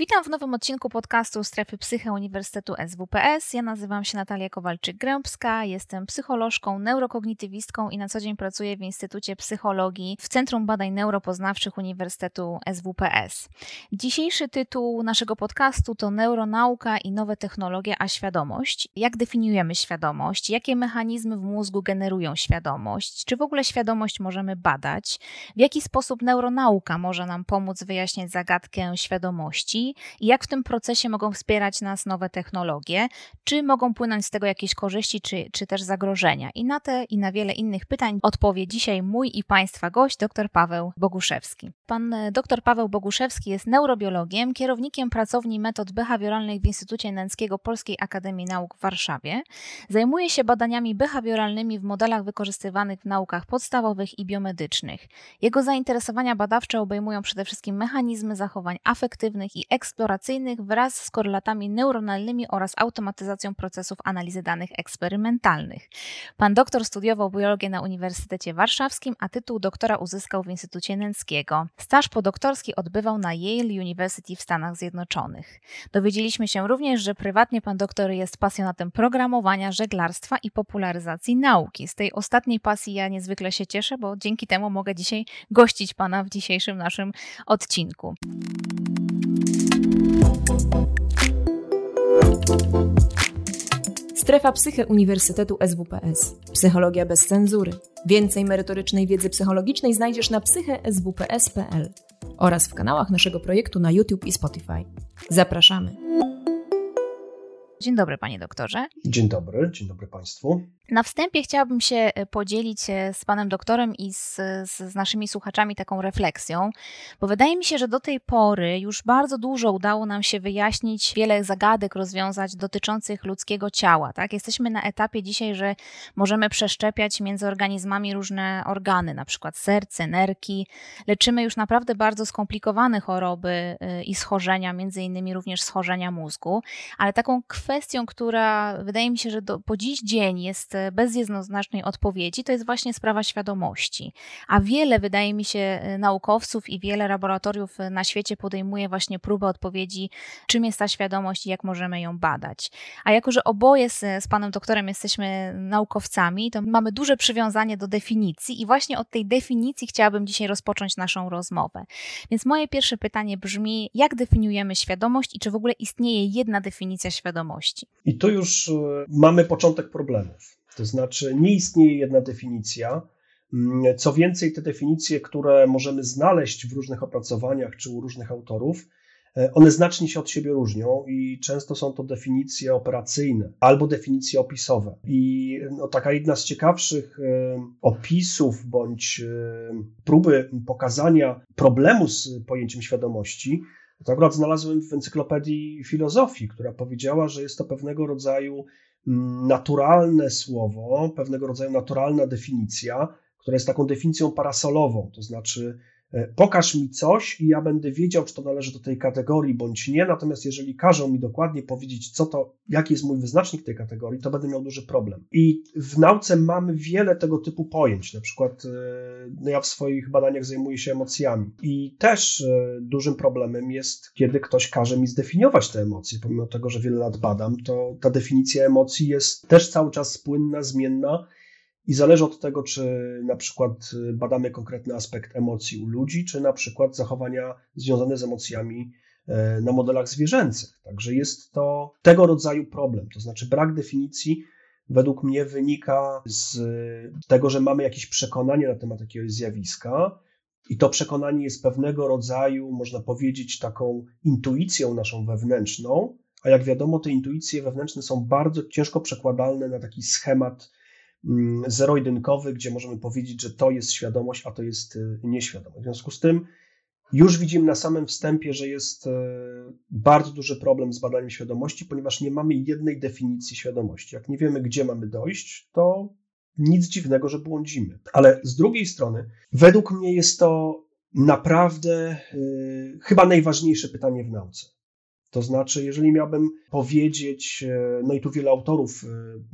Witam w nowym odcinku podcastu Strefy Psyche Uniwersytetu SWPS. Ja nazywam się Natalia Kowalczyk-Grębska, jestem psycholożką, neurokognitywistką i na co dzień pracuję w Instytucie Psychologii w Centrum Badań Neuropoznawczych Uniwersytetu SWPS. Dzisiejszy tytuł naszego podcastu to Neuronauka i nowe technologie, a świadomość. Jak definiujemy świadomość? Jakie mechanizmy w mózgu generują świadomość? Czy w ogóle świadomość możemy badać? W jaki sposób neuronauka może nam pomóc wyjaśniać zagadkę świadomości? I jak w tym procesie mogą wspierać nas nowe technologie? Czy mogą płynąć z tego jakieś korzyści, czy też zagrożenia? I na te i na wiele innych pytań odpowie dzisiaj mój i Państwa gość, dr Paweł Boguszewski. Pan dr Paweł Boguszewski jest neurobiologiem, kierownikiem pracowni metod behawioralnych w Instytucie Nęckiego Polskiej Akademii Nauk w Warszawie. Zajmuje się badaniami behawioralnymi w modelach wykorzystywanych w naukach podstawowych i biomedycznych. Jego zainteresowania badawcze obejmują przede wszystkim mechanizmy zachowań afektywnych i eksploracyjnych wraz z korelatami neuronalnymi oraz automatyzacją procesów analizy danych eksperymentalnych. Pan doktor studiował biologię na Uniwersytecie Warszawskim, a tytuł doktora uzyskał w Instytucie Nęckiego. Staż podoktorski odbywał na Yale University w Stanach Zjednoczonych. Dowiedzieliśmy się również, że prywatnie pan doktor jest pasjonatem programowania, żeglarstwa i popularyzacji nauki. Z tej ostatniej pasji ja niezwykle się cieszę, bo dzięki temu mogę dzisiaj gościć pana w dzisiejszym naszym odcinku. Strefa Psyche Uniwersytetu SWPS. Psychologia bez cenzury. Więcej merytorycznej wiedzy psychologicznej znajdziesz na psycheswps.pl oraz w kanałach naszego projektu na YouTube i Spotify. Zapraszamy. Dzień dobry, panie doktorze. Dzień dobry Państwu. Na wstępie chciałabym się podzielić z panem doktorem i z naszymi słuchaczami taką refleksją, bo wydaje mi się, że do tej pory już bardzo dużo udało nam się wyjaśnić, wiele zagadek rozwiązać dotyczących ludzkiego ciała. Tak? Jesteśmy na etapie dzisiaj, że możemy przeszczepiać między organizmami różne organy, na przykład serce, nerki. Leczymy już naprawdę bardzo skomplikowane choroby i schorzenia, między innymi również schorzenia mózgu, ale taką kwestią, która wydaje mi się, że po dziś dzień jest bez jednoznacznej odpowiedzi, to jest właśnie sprawa świadomości. A wiele, wydaje mi się, naukowców i wiele laboratoriów na świecie podejmuje właśnie próbę odpowiedzi, czym jest ta świadomość i jak możemy ją badać. A jako, że oboje z panem doktorem jesteśmy naukowcami, to mamy duże przywiązanie do definicji i właśnie od tej definicji chciałabym dzisiaj rozpocząć naszą rozmowę. Więc moje pierwsze pytanie brzmi, jak definiujemy świadomość i czy w ogóle istnieje jedna definicja świadomości? I tu już mamy początek problemów. To znaczy nie istnieje jedna definicja. Co więcej, te definicje, które możemy znaleźć w różnych opracowaniach czy u różnych autorów, one znacznie się od siebie różnią i często są to definicje operacyjne albo definicje opisowe. I taka jedna z ciekawszych opisów bądź próby pokazania problemu z pojęciem świadomości, to akurat znalazłem w encyklopedii filozofii, która powiedziała, że jest to pewnego rodzaju naturalne słowo, pewnego rodzaju naturalna definicja, która jest taką definicją parasolową, to znaczy pokaż mi coś i ja będę wiedział, czy to należy do tej kategorii bądź nie, natomiast jeżeli każą mi dokładnie powiedzieć, jaki jest mój wyznacznik tej kategorii, to będę miał duży problem. I w nauce mamy wiele tego typu pojęć, na przykład ja w swoich badaniach zajmuję się emocjami i też dużym problemem jest, kiedy ktoś każe mi zdefiniować te emocje, pomimo tego, że wiele lat badam, to ta definicja emocji jest też cały czas płynna, zmienna, i zależy od tego, czy na przykład badamy konkretny aspekt emocji u ludzi, czy na przykład zachowania związane z emocjami na modelach zwierzęcych. Także jest to tego rodzaju problem. To znaczy brak definicji według mnie wynika z tego, że mamy jakieś przekonanie na temat jakiegoś zjawiska i to przekonanie jest pewnego rodzaju, można powiedzieć, taką intuicją naszą wewnętrzną, a jak wiadomo, te intuicje wewnętrzne są bardzo ciężko przekładalne na taki schemat zero-jedynkowy, gdzie możemy powiedzieć, że to jest świadomość, a to jest nieświadomość. W związku z tym już widzimy na samym wstępie, że jest bardzo duży problem z badaniem świadomości, ponieważ nie mamy jednej definicji świadomości. Jak nie wiemy, gdzie mamy dojść, to nic dziwnego, że błądzimy. Ale z drugiej strony, według mnie jest to naprawdę chyba najważniejsze pytanie w nauce. To znaczy, jeżeli miałbym powiedzieć, no i tu wiele autorów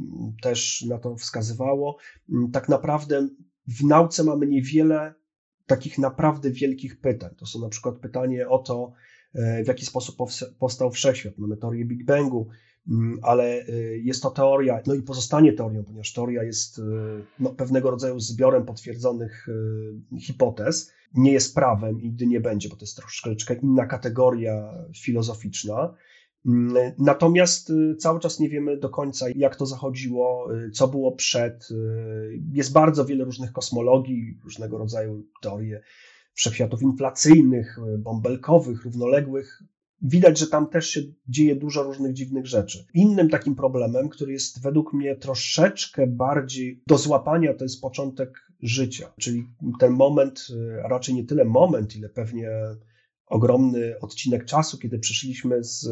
też na to wskazywało, tak naprawdę w nauce mamy niewiele takich naprawdę wielkich pytań. To są na przykład pytanie o to, w jaki sposób powstał wszechświat. Mamy teorię Big Bangu, ale jest to teoria, no i pozostanie teorią, ponieważ teoria jest pewnego rodzaju zbiorem potwierdzonych hipotez. Nie jest prawem i nigdy nie będzie, bo to jest troszeczkę inna kategoria filozoficzna. Natomiast cały czas nie wiemy do końca, jak to zachodziło, co było przed. Jest bardzo wiele różnych kosmologii, różnego rodzaju teorie wszechświatów inflacyjnych, bąbelkowych, równoległych. Widać, że tam też się dzieje dużo różnych dziwnych rzeczy. Innym takim problemem, który jest według mnie troszeczkę bardziej do złapania, to jest początek życia, czyli ten moment, a raczej nie tyle moment, ile pewnie ogromny odcinek czasu, kiedy przeszliśmy z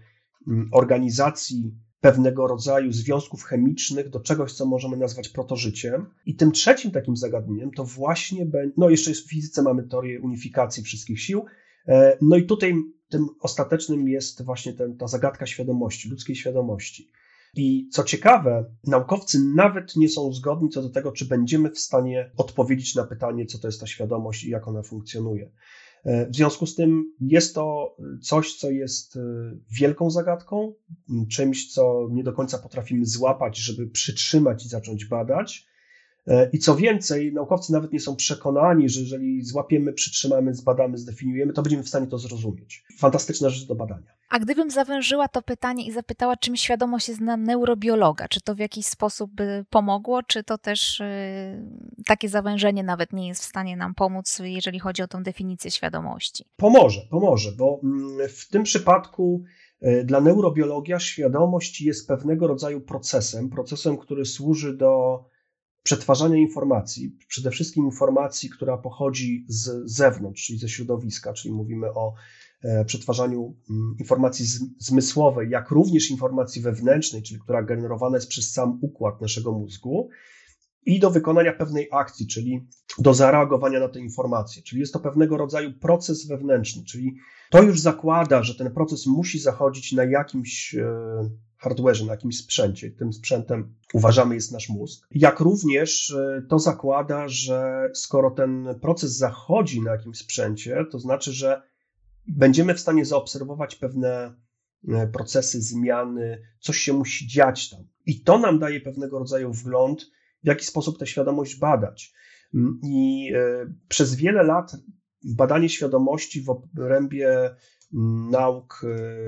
organizacji pewnego rodzaju związków chemicznych do czegoś, co możemy nazwać protożyciem. I tym trzecim takim zagadnieniem to właśnie będzie, no jeszcze w fizyce mamy teorię unifikacji wszystkich sił, no i tutaj tym ostatecznym jest właśnie ta zagadka świadomości, ludzkiej świadomości. I co ciekawe, naukowcy nawet nie są zgodni co do tego, czy będziemy w stanie odpowiedzieć na pytanie, co to jest ta świadomość i jak ona funkcjonuje. W związku z tym jest to coś, co jest wielką zagadką, czymś, co nie do końca potrafimy złapać, żeby przytrzymać i zacząć badać. I co więcej, naukowcy nawet nie są przekonani, że jeżeli złapiemy, przytrzymamy, zbadamy, zdefiniujemy, to będziemy w stanie to zrozumieć. Fantastyczna rzecz do badania. A gdybym zawężyła to pytanie i zapytała, czym świadomość jest dla neurobiologa, czy to w jakiś sposób by pomogło, czy to też takie zawężenie nawet nie jest w stanie nam pomóc, jeżeli chodzi o tę definicję świadomości? Pomoże, bo w tym przypadku dla neurobiologia świadomość jest pewnego rodzaju procesem, który służy do przetwarzania informacji, przede wszystkim informacji, która pochodzi z zewnątrz, czyli ze środowiska, czyli mówimy o przetwarzaniu informacji zmysłowej, jak również informacji wewnętrznej, czyli która generowana jest przez sam układ naszego mózgu i do wykonania pewnej akcji, czyli do zareagowania na te informacje. Czyli jest to pewnego rodzaju proces wewnętrzny, czyli to już zakłada, że ten proces musi zachodzić na jakimś hardware'ze, na jakimś sprzęcie. Tym sprzętem uważamy jest nasz mózg. Jak również to zakłada, że skoro ten proces zachodzi na jakimś sprzęcie, to znaczy, że będziemy w stanie zaobserwować pewne procesy, zmiany, coś się musi dziać tam. I to nam daje pewnego rodzaju wgląd, w jaki sposób tę świadomość badać. I przez wiele lat badanie świadomości w obrębie nauk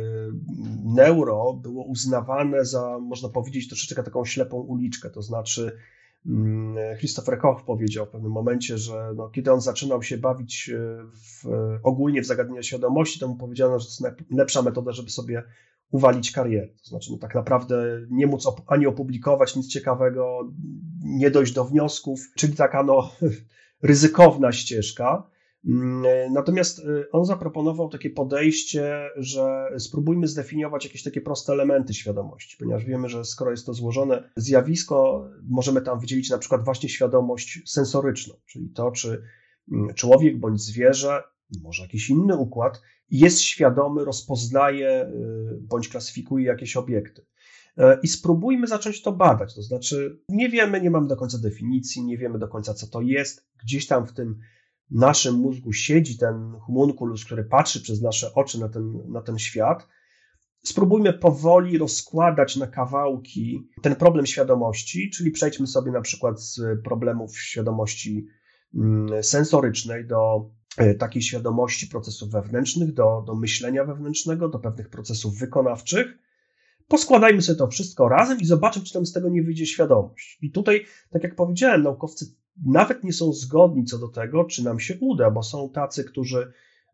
neuro było uznawane za, można powiedzieć, troszeczkę taką ślepą uliczkę. To znaczy Christopher Koch powiedział w pewnym momencie, że kiedy on zaczynał się bawić ogólnie w zagadnienia świadomości, to mu powiedziano, że to jest najlepsza metoda, żeby sobie uwalić karierę. To znaczy tak naprawdę nie móc ani opublikować nic ciekawego, nie dojść do wniosków, czyli taka ryzykowna ścieżka. Natomiast on zaproponował takie podejście, że spróbujmy zdefiniować jakieś takie proste elementy świadomości, ponieważ wiemy, że skoro jest to złożone zjawisko, możemy tam wydzielić na przykład właśnie świadomość sensoryczną, czyli to, czy człowiek bądź zwierzę, może jakiś inny układ, jest świadomy, rozpoznaje bądź klasyfikuje jakieś obiekty. I spróbujmy zacząć to badać, to znaczy nie wiemy, nie mamy do końca definicji, nie wiemy do końca, co to jest, gdzieś tam w tym naszym mózgu siedzi ten homunculus, który patrzy przez nasze oczy na ten świat. Spróbujmy powoli rozkładać na kawałki ten problem świadomości, czyli przejdźmy sobie na przykład z problemów świadomości sensorycznej do takiej świadomości procesów wewnętrznych, do myślenia wewnętrznego, do pewnych procesów wykonawczych. Poskładajmy sobie to wszystko razem i zobaczymy, czy tam z tego nie wyjdzie świadomość. I tutaj, tak jak powiedziałem, naukowcy nawet nie są zgodni co do tego, czy nam się uda, bo są tacy, którzy,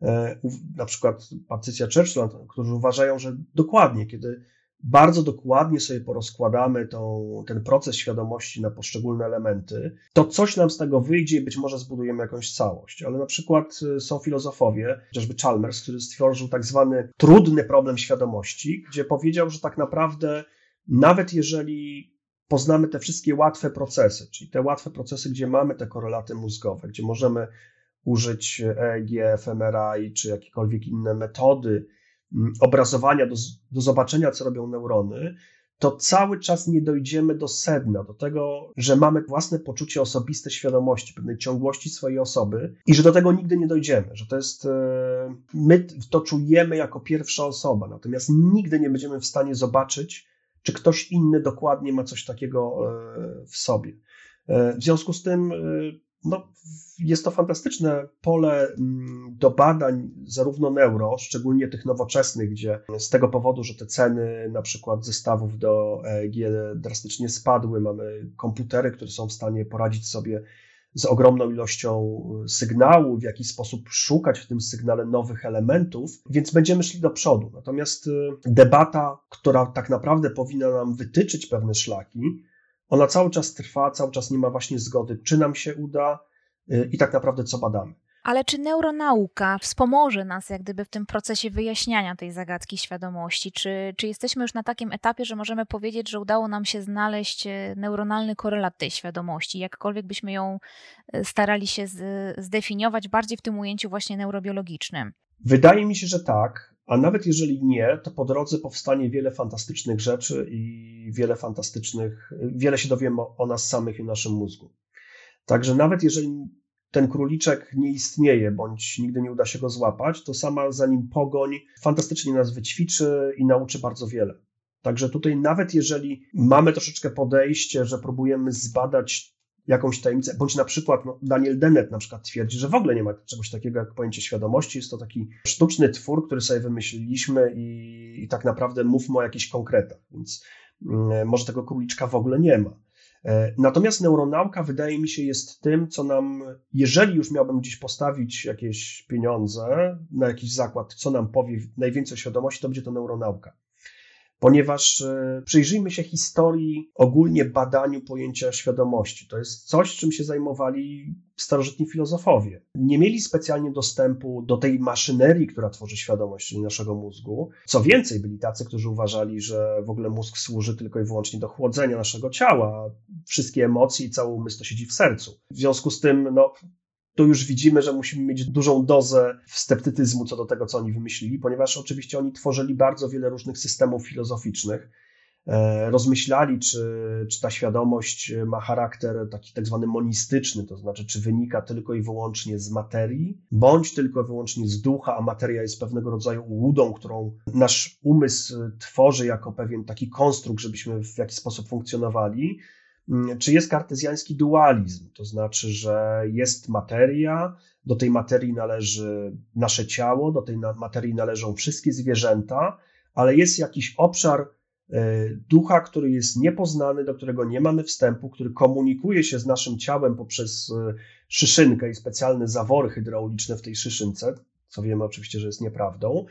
na przykład Patricia Churchill, którzy uważają, że dokładnie, kiedy bardzo dokładnie sobie porozkładamy ten proces świadomości na poszczególne elementy, to coś nam z tego wyjdzie i być może zbudujemy jakąś całość. Ale na przykład są filozofowie, chociażby Chalmers, który stworzył tak zwany trudny problem świadomości, gdzie powiedział, że tak naprawdę nawet jeżeli poznamy te wszystkie łatwe procesy, czyli te łatwe procesy, gdzie mamy te korelaty mózgowe, gdzie możemy użyć EEG, fMRI czy jakiekolwiek inne metody obrazowania do zobaczenia, co robią neurony, to cały czas nie dojdziemy do sedna, do tego, że mamy własne poczucie osobiste świadomości, pewnej ciągłości swojej osoby i że do tego nigdy nie dojdziemy, że to jest, my to czujemy jako pierwsza osoba, natomiast nigdy nie będziemy w stanie zobaczyć, czy ktoś inny dokładnie ma coś takiego w sobie. W związku z tym jest to fantastyczne pole do badań zarówno neuro, szczególnie tych nowoczesnych, gdzie z tego powodu, że te ceny na przykład zestawów do EEG drastycznie spadły, mamy komputery, które są w stanie poradzić sobie z ogromną ilością sygnału, w jaki sposób szukać w tym sygnale nowych elementów, więc będziemy szli do przodu. Natomiast debata, która tak naprawdę powinna nam wytyczyć pewne szlaki, ona cały czas trwa, cały czas nie ma właśnie zgody, czy nam się uda i tak naprawdę co badamy. Ale czy neuronauka wspomoże nas jak gdyby w tym procesie wyjaśniania tej zagadki świadomości? Czy jesteśmy już na takim etapie, że możemy powiedzieć, że udało nam się znaleźć neuronalny korelat tej świadomości, jakkolwiek byśmy ją starali się zdefiniować bardziej w tym ujęciu właśnie neurobiologicznym? Wydaje mi się, że tak, a nawet jeżeli nie, to po drodze powstanie wiele fantastycznych rzeczy i wiele się dowiemy o nas samych i naszym mózgu. Także nawet jeżeli ten króliczek nie istnieje, bądź nigdy nie uda się go złapać, to sama za nim pogoń fantastycznie nas wyćwiczy i nauczy bardzo wiele. Także tutaj nawet jeżeli mamy troszeczkę podejście, że próbujemy zbadać jakąś tajemnicę, bądź na przykład Daniel Dennett na przykład twierdzi, że w ogóle nie ma czegoś takiego jak pojęcie świadomości, jest to taki sztuczny twór, który sobie wymyśliliśmy i tak naprawdę mówmy o jakichś konkretach, więc może tego króliczka w ogóle nie ma. Natomiast neuronauka wydaje mi się jest tym, co nam, jeżeli już miałbym gdzieś postawić jakieś pieniądze na jakiś zakład, co nam powie najwięcej o świadomości, to będzie to neuronauka. Ponieważ przyjrzyjmy się historii, ogólnie badaniu pojęcia świadomości. To jest coś, czym się zajmowali starożytni filozofowie. Nie mieli specjalnie dostępu do tej maszynerii, która tworzy świadomość, czyli naszego mózgu. Co więcej, byli tacy, którzy uważali, że w ogóle mózg służy tylko i wyłącznie do chłodzenia naszego ciała. Wszystkie emocje i cały umysł to siedzi w sercu. W związku z tym, tu już widzimy, że musimy mieć dużą dozę sceptycyzmu co do tego, co oni wymyślili, ponieważ oczywiście oni tworzyli bardzo wiele różnych systemów filozoficznych, rozmyślali, czy ta świadomość ma charakter taki tak zwany monistyczny, to znaczy, czy wynika tylko i wyłącznie z materii, bądź tylko i wyłącznie z ducha, a materia jest pewnego rodzaju ułudą, którą nasz umysł tworzy jako pewien taki konstrukt, żebyśmy w jakiś sposób funkcjonowali. Czy jest kartezjański dualizm, to znaczy, że jest materia, do tej materii należy nasze ciało, do tej materii należą wszystkie zwierzęta, ale jest jakiś obszar ducha, który jest niepoznany, do którego nie mamy wstępu, który komunikuje się z naszym ciałem poprzez szyszynkę i specjalne zawory hydrauliczne w tej szyszynce, co wiemy oczywiście, że jest nieprawdą.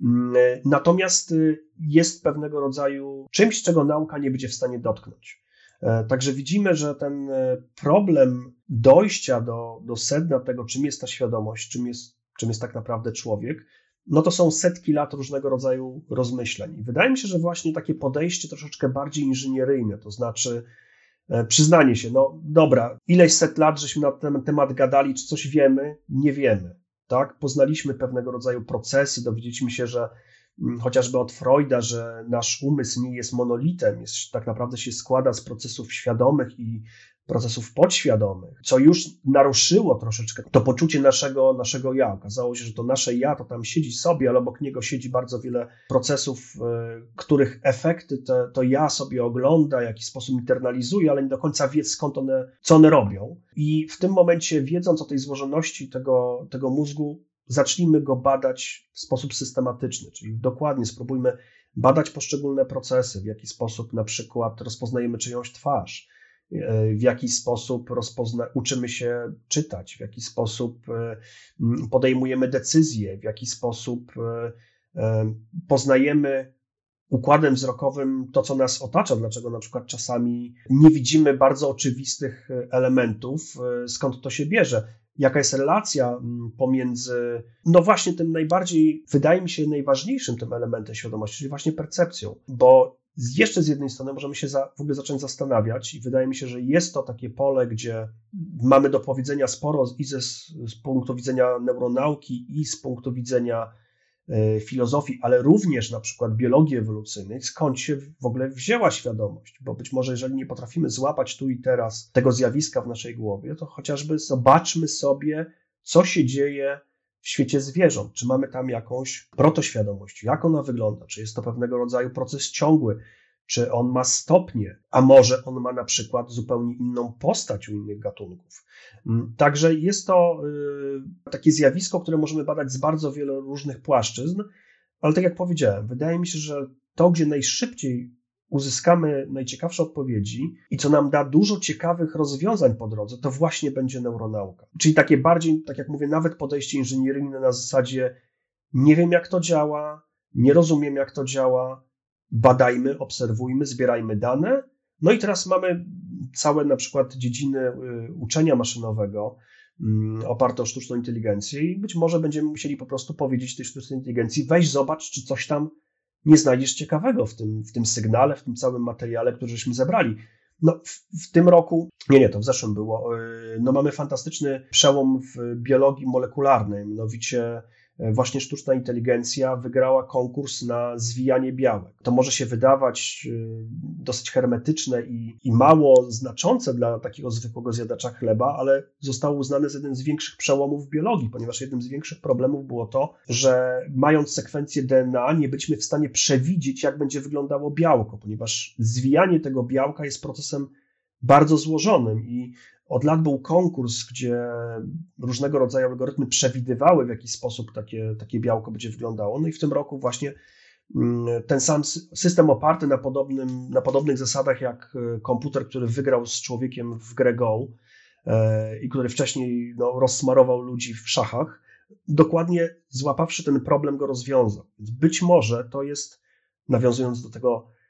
Natomiast jest pewnego rodzaju czymś, czego nauka nie będzie w stanie dotknąć. Także widzimy, że ten problem dojścia do sedna tego, czym jest ta świadomość, czym jest tak naprawdę człowiek, to są setki lat różnego rodzaju rozmyśleń. I wydaje mi się, że właśnie takie podejście troszeczkę bardziej inżynieryjne, to znaczy przyznanie się, dobra, ileś set lat, żeśmy na ten temat gadali, czy coś wiemy? Nie wiemy. Tak? Poznaliśmy pewnego rodzaju procesy, dowiedzieliśmy się, że chociażby od Freuda, że nasz umysł nie jest monolitem, tak naprawdę się składa z procesów świadomych i procesów podświadomych, co już naruszyło troszeczkę to poczucie naszego ja. Okazało się, że to nasze ja to tam siedzi sobie, ale obok niego siedzi bardzo wiele procesów, których efekty to ja sobie ogląda, w jakiś sposób internalizuje, ale nie do końca wie co one robią. I w tym momencie, wiedząc o tej złożoności tego mózgu, zacznijmy go badać w sposób systematyczny, czyli dokładnie spróbujmy badać poszczególne procesy, w jaki sposób na przykład rozpoznajemy czyjąś twarz, w jaki sposób uczymy się czytać, w jaki sposób podejmujemy decyzje, w jaki sposób poznajemy układem wzrokowym to, co nas otacza, dlaczego na przykład czasami nie widzimy bardzo oczywistych elementów, skąd to się bierze. Jaka jest relacja pomiędzy, właśnie tym najbardziej, wydaje mi się, najważniejszym tym elementem świadomości, czyli właśnie percepcją, bo jeszcze z jednej strony możemy się w ogóle zacząć zastanawiać i wydaje mi się, że jest to takie pole, gdzie mamy do powiedzenia sporo i z punktu widzenia neuronauki i z punktu widzenia filozofii, ale również na przykład biologii ewolucyjnej, skąd się w ogóle wzięła świadomość, bo być może jeżeli nie potrafimy złapać tu i teraz tego zjawiska w naszej głowie, to chociażby zobaczmy sobie, co się dzieje w świecie zwierząt. Czy mamy tam jakąś protoświadomość, jak ona wygląda, czy jest to pewnego rodzaju proces ciągły, czy on ma stopnie, a może on ma na przykład zupełnie inną postać u innych gatunków. Także jest to takie zjawisko, które możemy badać z bardzo wielu różnych płaszczyzn, ale tak jak powiedziałem, wydaje mi się, że to, gdzie najszybciej uzyskamy najciekawsze odpowiedzi i co nam da dużo ciekawych rozwiązań po drodze, to właśnie będzie neuronauka. Czyli takie bardziej, tak jak mówię, nawet podejście inżynieryjne na zasadzie nie wiem jak to działa, nie rozumiem jak to działa, badajmy, obserwujmy, zbierajmy dane. No i teraz mamy całe na przykład dziedziny uczenia maszynowego oparte o sztuczną inteligencję i być może będziemy musieli po prostu powiedzieć tej sztucznej inteligencji weź zobacz, czy coś tam nie znajdziesz ciekawego w tym sygnale, w tym całym materiale, który żeśmy zebrali. No, w tym roku, to w zeszłym było, mamy fantastyczny przełom w biologii molekularnej, mianowicie właśnie sztuczna inteligencja wygrała konkurs na zwijanie białek. To może się wydawać dosyć hermetyczne i mało znaczące dla takiego zwykłego zjadacza chleba, ale zostało uznane za jeden z większych przełomów w biologii, ponieważ jednym z większych problemów było to, że mając sekwencję DNA nie byliśmy w stanie przewidzieć, jak będzie wyglądało białko, ponieważ zwijanie tego białka jest procesem bardzo złożonym i od lat był konkurs, gdzie różnego rodzaju algorytmy przewidywały, w jaki sposób takie białko będzie wyglądało. No i w tym roku właśnie ten sam system oparty na podobnych zasadach jak komputer, który wygrał z człowiekiem w grę Go i który wcześniej rozsmarował ludzi w szachach, dokładnie złapawszy ten problem go rozwiązał. Więc być może to jest, nawiązując do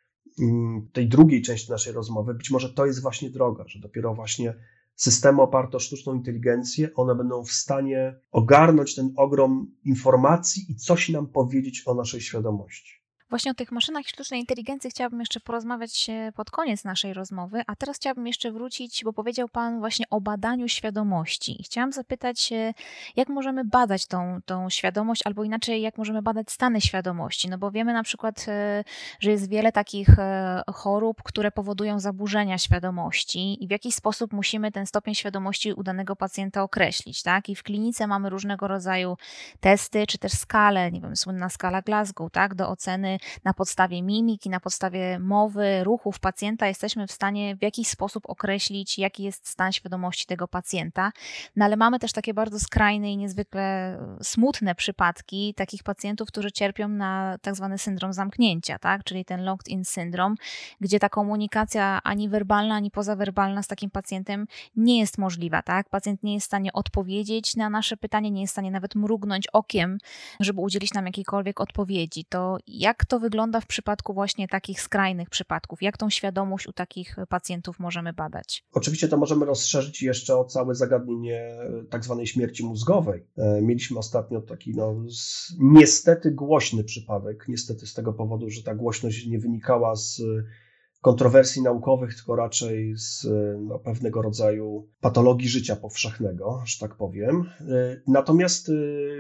tej drugiej części naszej rozmowy, być może to jest właśnie droga, że dopiero właśnie systemy oparte o sztuczną inteligencję, one będą w stanie ogarnąć ten ogrom informacji i coś nam powiedzieć o naszej świadomości. Właśnie o tych maszynach i sztucznej inteligencji chciałabym jeszcze porozmawiać pod koniec naszej rozmowy, a teraz chciałabym jeszcze wrócić, bo powiedział Pan właśnie o badaniu świadomości. I chciałam zapytać, jak możemy badać tą świadomość, albo inaczej, jak możemy badać stany świadomości, no bo wiemy na przykład, że jest wiele takich chorób, które powodują zaburzenia świadomości i w jakiś sposób musimy ten stopień świadomości u danego pacjenta określić, tak? I w klinice mamy różnego rodzaju testy, czy też skale, nie wiem, słynna skala Glasgow, tak? Do oceny na podstawie mimiki, na podstawie mowy, ruchów pacjenta jesteśmy w stanie w jakiś sposób określić, jaki jest stan świadomości tego pacjenta. No ale mamy też takie bardzo skrajne i niezwykle smutne przypadki takich pacjentów, którzy cierpią na tak zwany syndrom zamknięcia, tak? Czyli ten locked-in syndrom, gdzie ta komunikacja ani werbalna, ani pozawerbalna z takim pacjentem nie jest możliwa, tak? Pacjent nie jest w stanie odpowiedzieć na nasze pytanie, nie jest w stanie nawet mrugnąć okiem, żeby udzielić nam jakiejkolwiek odpowiedzi. To jak to wygląda w przypadku właśnie takich skrajnych przypadków? Jak tą świadomość u takich pacjentów możemy badać? Oczywiście to możemy rozszerzyć jeszcze o całe zagadnienie tak zwanej śmierci mózgowej. Mieliśmy ostatnio taki niestety głośny przypadek, niestety z tego powodu, że ta głośność nie wynikała z kontrowersji naukowych, tylko raczej z pewnego rodzaju patologii życia powszechnego, że tak powiem. Natomiast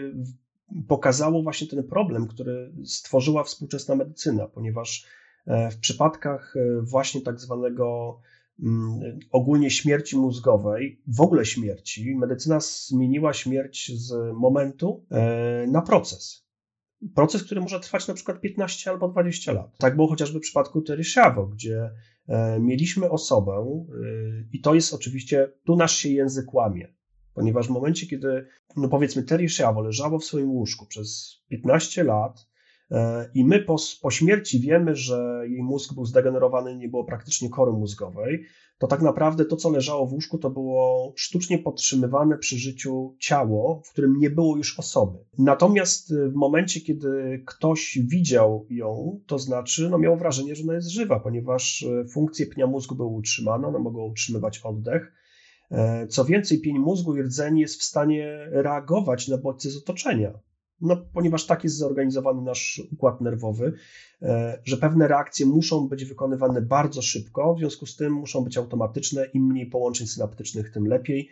pokazało właśnie ten problem, który stworzyła współczesna medycyna, ponieważ w przypadkach właśnie tak zwanego ogólnie śmierci mózgowej, w ogóle śmierci, medycyna zmieniła śmierć z momentu na proces. Proces, który może trwać na przykład 15 albo 20 lat. Tak było chociażby w przypadku Terry Schiavo, gdzie mieliśmy osobę i to jest oczywiście, tu nasz się język łamie, ponieważ w momencie, kiedy powiedzmy Terry Schiavo leżało w swoim łóżku przez 15 lat i my po śmierci wiemy, że jej mózg był zdegenerowany, nie było praktycznie kory mózgowej, to tak naprawdę to, co leżało w łóżku, to było sztucznie podtrzymywane przy życiu ciało, w którym nie było już osoby. Natomiast w momencie, kiedy ktoś widział ją, to znaczy miał wrażenie, że ona jest żywa, ponieważ funkcje pnia mózgu były utrzymane, one mogą utrzymywać oddech. Co więcej, pień mózgu i rdzeń jest w stanie reagować na bodźce z otoczenia. Ponieważ tak jest zorganizowany nasz układ nerwowy, że pewne reakcje muszą być wykonywane bardzo szybko, w związku z tym muszą być automatyczne, im mniej połączeń synaptycznych, tym lepiej.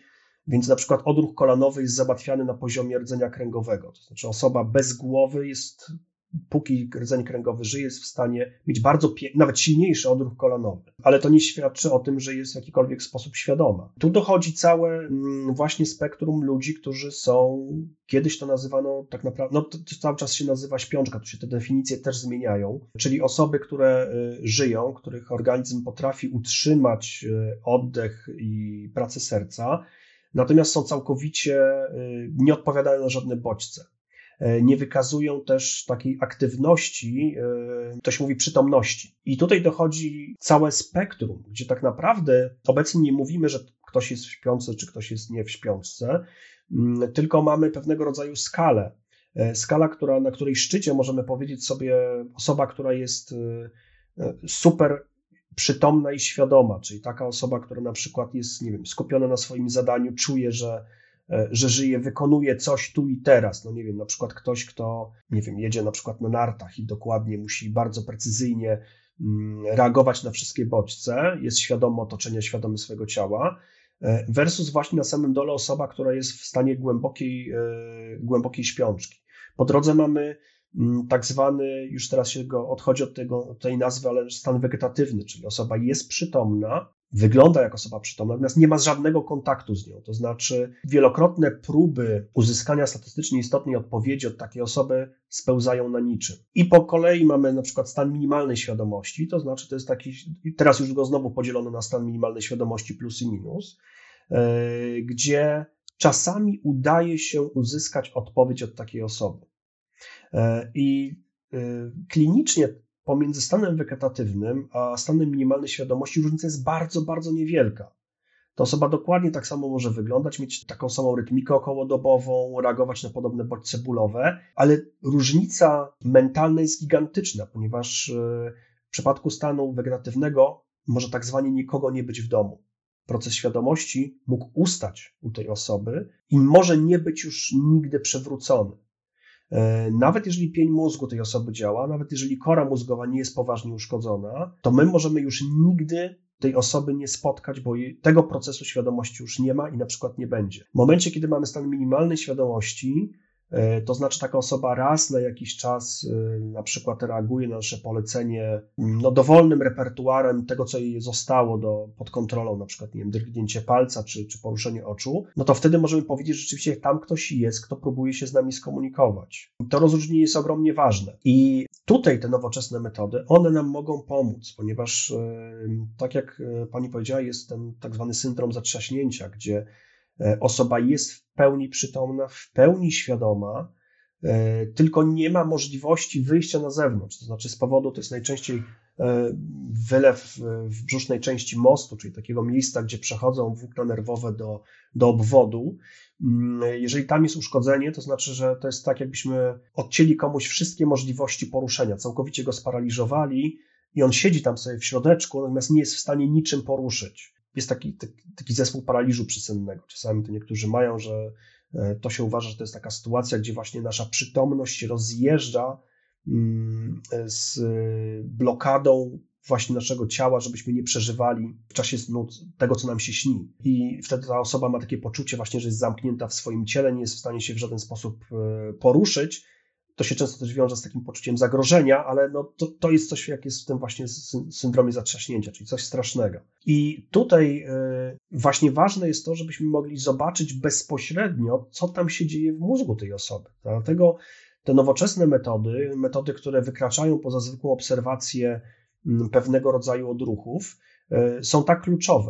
Więc na przykład odruch kolanowy jest załatwiany na poziomie rdzenia kręgowego. To znaczy osoba bez głowy jest, póki rdzeń kręgowy żyje, jest w stanie mieć bardzo nawet silniejszy odruch kolanowy. Ale to nie świadczy o tym, że jest w jakikolwiek sposób świadoma. Tu dochodzi całe właśnie spektrum ludzi, którzy są, kiedyś to nazywano tak naprawdę, no to cały czas się nazywa śpiączka, tu się te definicje też zmieniają, czyli osoby, które żyją, których organizm potrafi utrzymać oddech i pracę serca, natomiast są całkowicie, nie odpowiadają na żadne bodźce. Nie wykazują też takiej aktywności, ktoś mówi przytomności. I tutaj dochodzi całe spektrum, gdzie tak naprawdę obecnie nie mówimy, że ktoś jest w śpiące, czy ktoś jest nie w śpiączce, tylko mamy pewnego rodzaju skalę. Skala, na której szczycie możemy powiedzieć sobie osoba, która jest super przytomna i świadoma, czyli taka osoba, która na przykład jest, nie wiem, skupiona na swoim zadaniu, czuje, że żyje, wykonuje coś tu i teraz. No nie wiem, na przykład ktoś, kto, nie wiem, jedzie na przykład na nartach i dokładnie musi bardzo precyzyjnie reagować na wszystkie bodźce, jest świadomy otoczenia, świadomy swojego ciała, versus właśnie na samym dole osoba, która jest w stanie głębokiej śpiączki. Po drodze mamy tak zwany, już teraz się odchodzi od tej nazwy, ale stan wegetatywny, czyli osoba jest przytomna, wygląda jak osoba przytomna, natomiast nie ma żadnego kontaktu z nią. To znaczy wielokrotne próby uzyskania statystycznie istotnej odpowiedzi od takiej osoby spełzają na niczym. I po kolei mamy na przykład stan minimalnej świadomości, to znaczy to jest taki, teraz już go znowu podzielono na stan minimalnej świadomości plus i minus, gdzie czasami udaje się uzyskać odpowiedź od takiej osoby. I klinicznie pomiędzy stanem wegetatywnym a stanem minimalnej świadomości różnica jest bardzo, bardzo niewielka. Ta osoba dokładnie tak samo może wyglądać, mieć taką samą rytmikę okołodobową, reagować na podobne bodźce bólowe, ale różnica mentalna jest gigantyczna, ponieważ w przypadku stanu wegetatywnego może tak zwanie nikogo nie być w domu. Proces świadomości mógł ustać u tej osoby i może nie być już nigdy przewrócony. Nawet jeżeli pień mózgu tej osoby działa, nawet jeżeli kora mózgowa nie jest poważnie uszkodzona, to my możemy już nigdy tej osoby nie spotkać, bo tego procesu świadomości już nie ma i na przykład nie będzie. W momencie, kiedy mamy stan minimalnej świadomości, to znaczy taka osoba raz na jakiś czas na przykład reaguje na nasze polecenie dowolnym repertuarem tego, co jej zostało pod kontrolą, na przykład nie wiem, drgnięcie palca czy poruszenie oczu, no to wtedy możemy powiedzieć, że rzeczywiście tam ktoś jest, kto próbuje się z nami skomunikować. To rozróżnienie jest ogromnie ważne. I tutaj te nowoczesne metody, one nam mogą pomóc, ponieważ tak jak pani powiedziała, jest ten tak zwany syndrom zatrzaśnięcia, gdzie osoba jest w pełni przytomna, w pełni świadoma, tylko nie ma możliwości wyjścia na zewnątrz. To znaczy z powodu, to jest najczęściej wylew w brzusznej części mostu, czyli takiego miejsca, gdzie przechodzą włókna nerwowe do obwodu. Jeżeli tam jest uszkodzenie, to znaczy, że to jest tak, jakbyśmy odcięli komuś wszystkie możliwości poruszenia, całkowicie go sparaliżowali i on siedzi tam sobie w środeczku, natomiast nie jest w stanie niczym poruszyć. Jest taki zespół paraliżu przysennego. Czasami to niektórzy mają, że to się uważa, że to jest taka sytuacja, gdzie właśnie nasza przytomność się rozjeżdża z blokadą właśnie naszego ciała, żebyśmy nie przeżywali w czasie snu tego, co nam się śni. I wtedy ta osoba ma takie poczucie właśnie, że jest zamknięta w swoim ciele, nie jest w stanie się w żaden sposób poruszyć. To się często też wiąże z takim poczuciem zagrożenia, ale to jest coś, jak jest w tym właśnie syndromie zatrzaśnięcia, czyli coś strasznego. I tutaj właśnie ważne jest to, żebyśmy mogli zobaczyć bezpośrednio, co tam się dzieje w mózgu tej osoby. Dlatego te nowoczesne metody, które wykraczają poza zwykłą obserwację pewnego rodzaju odruchów, są tak kluczowe.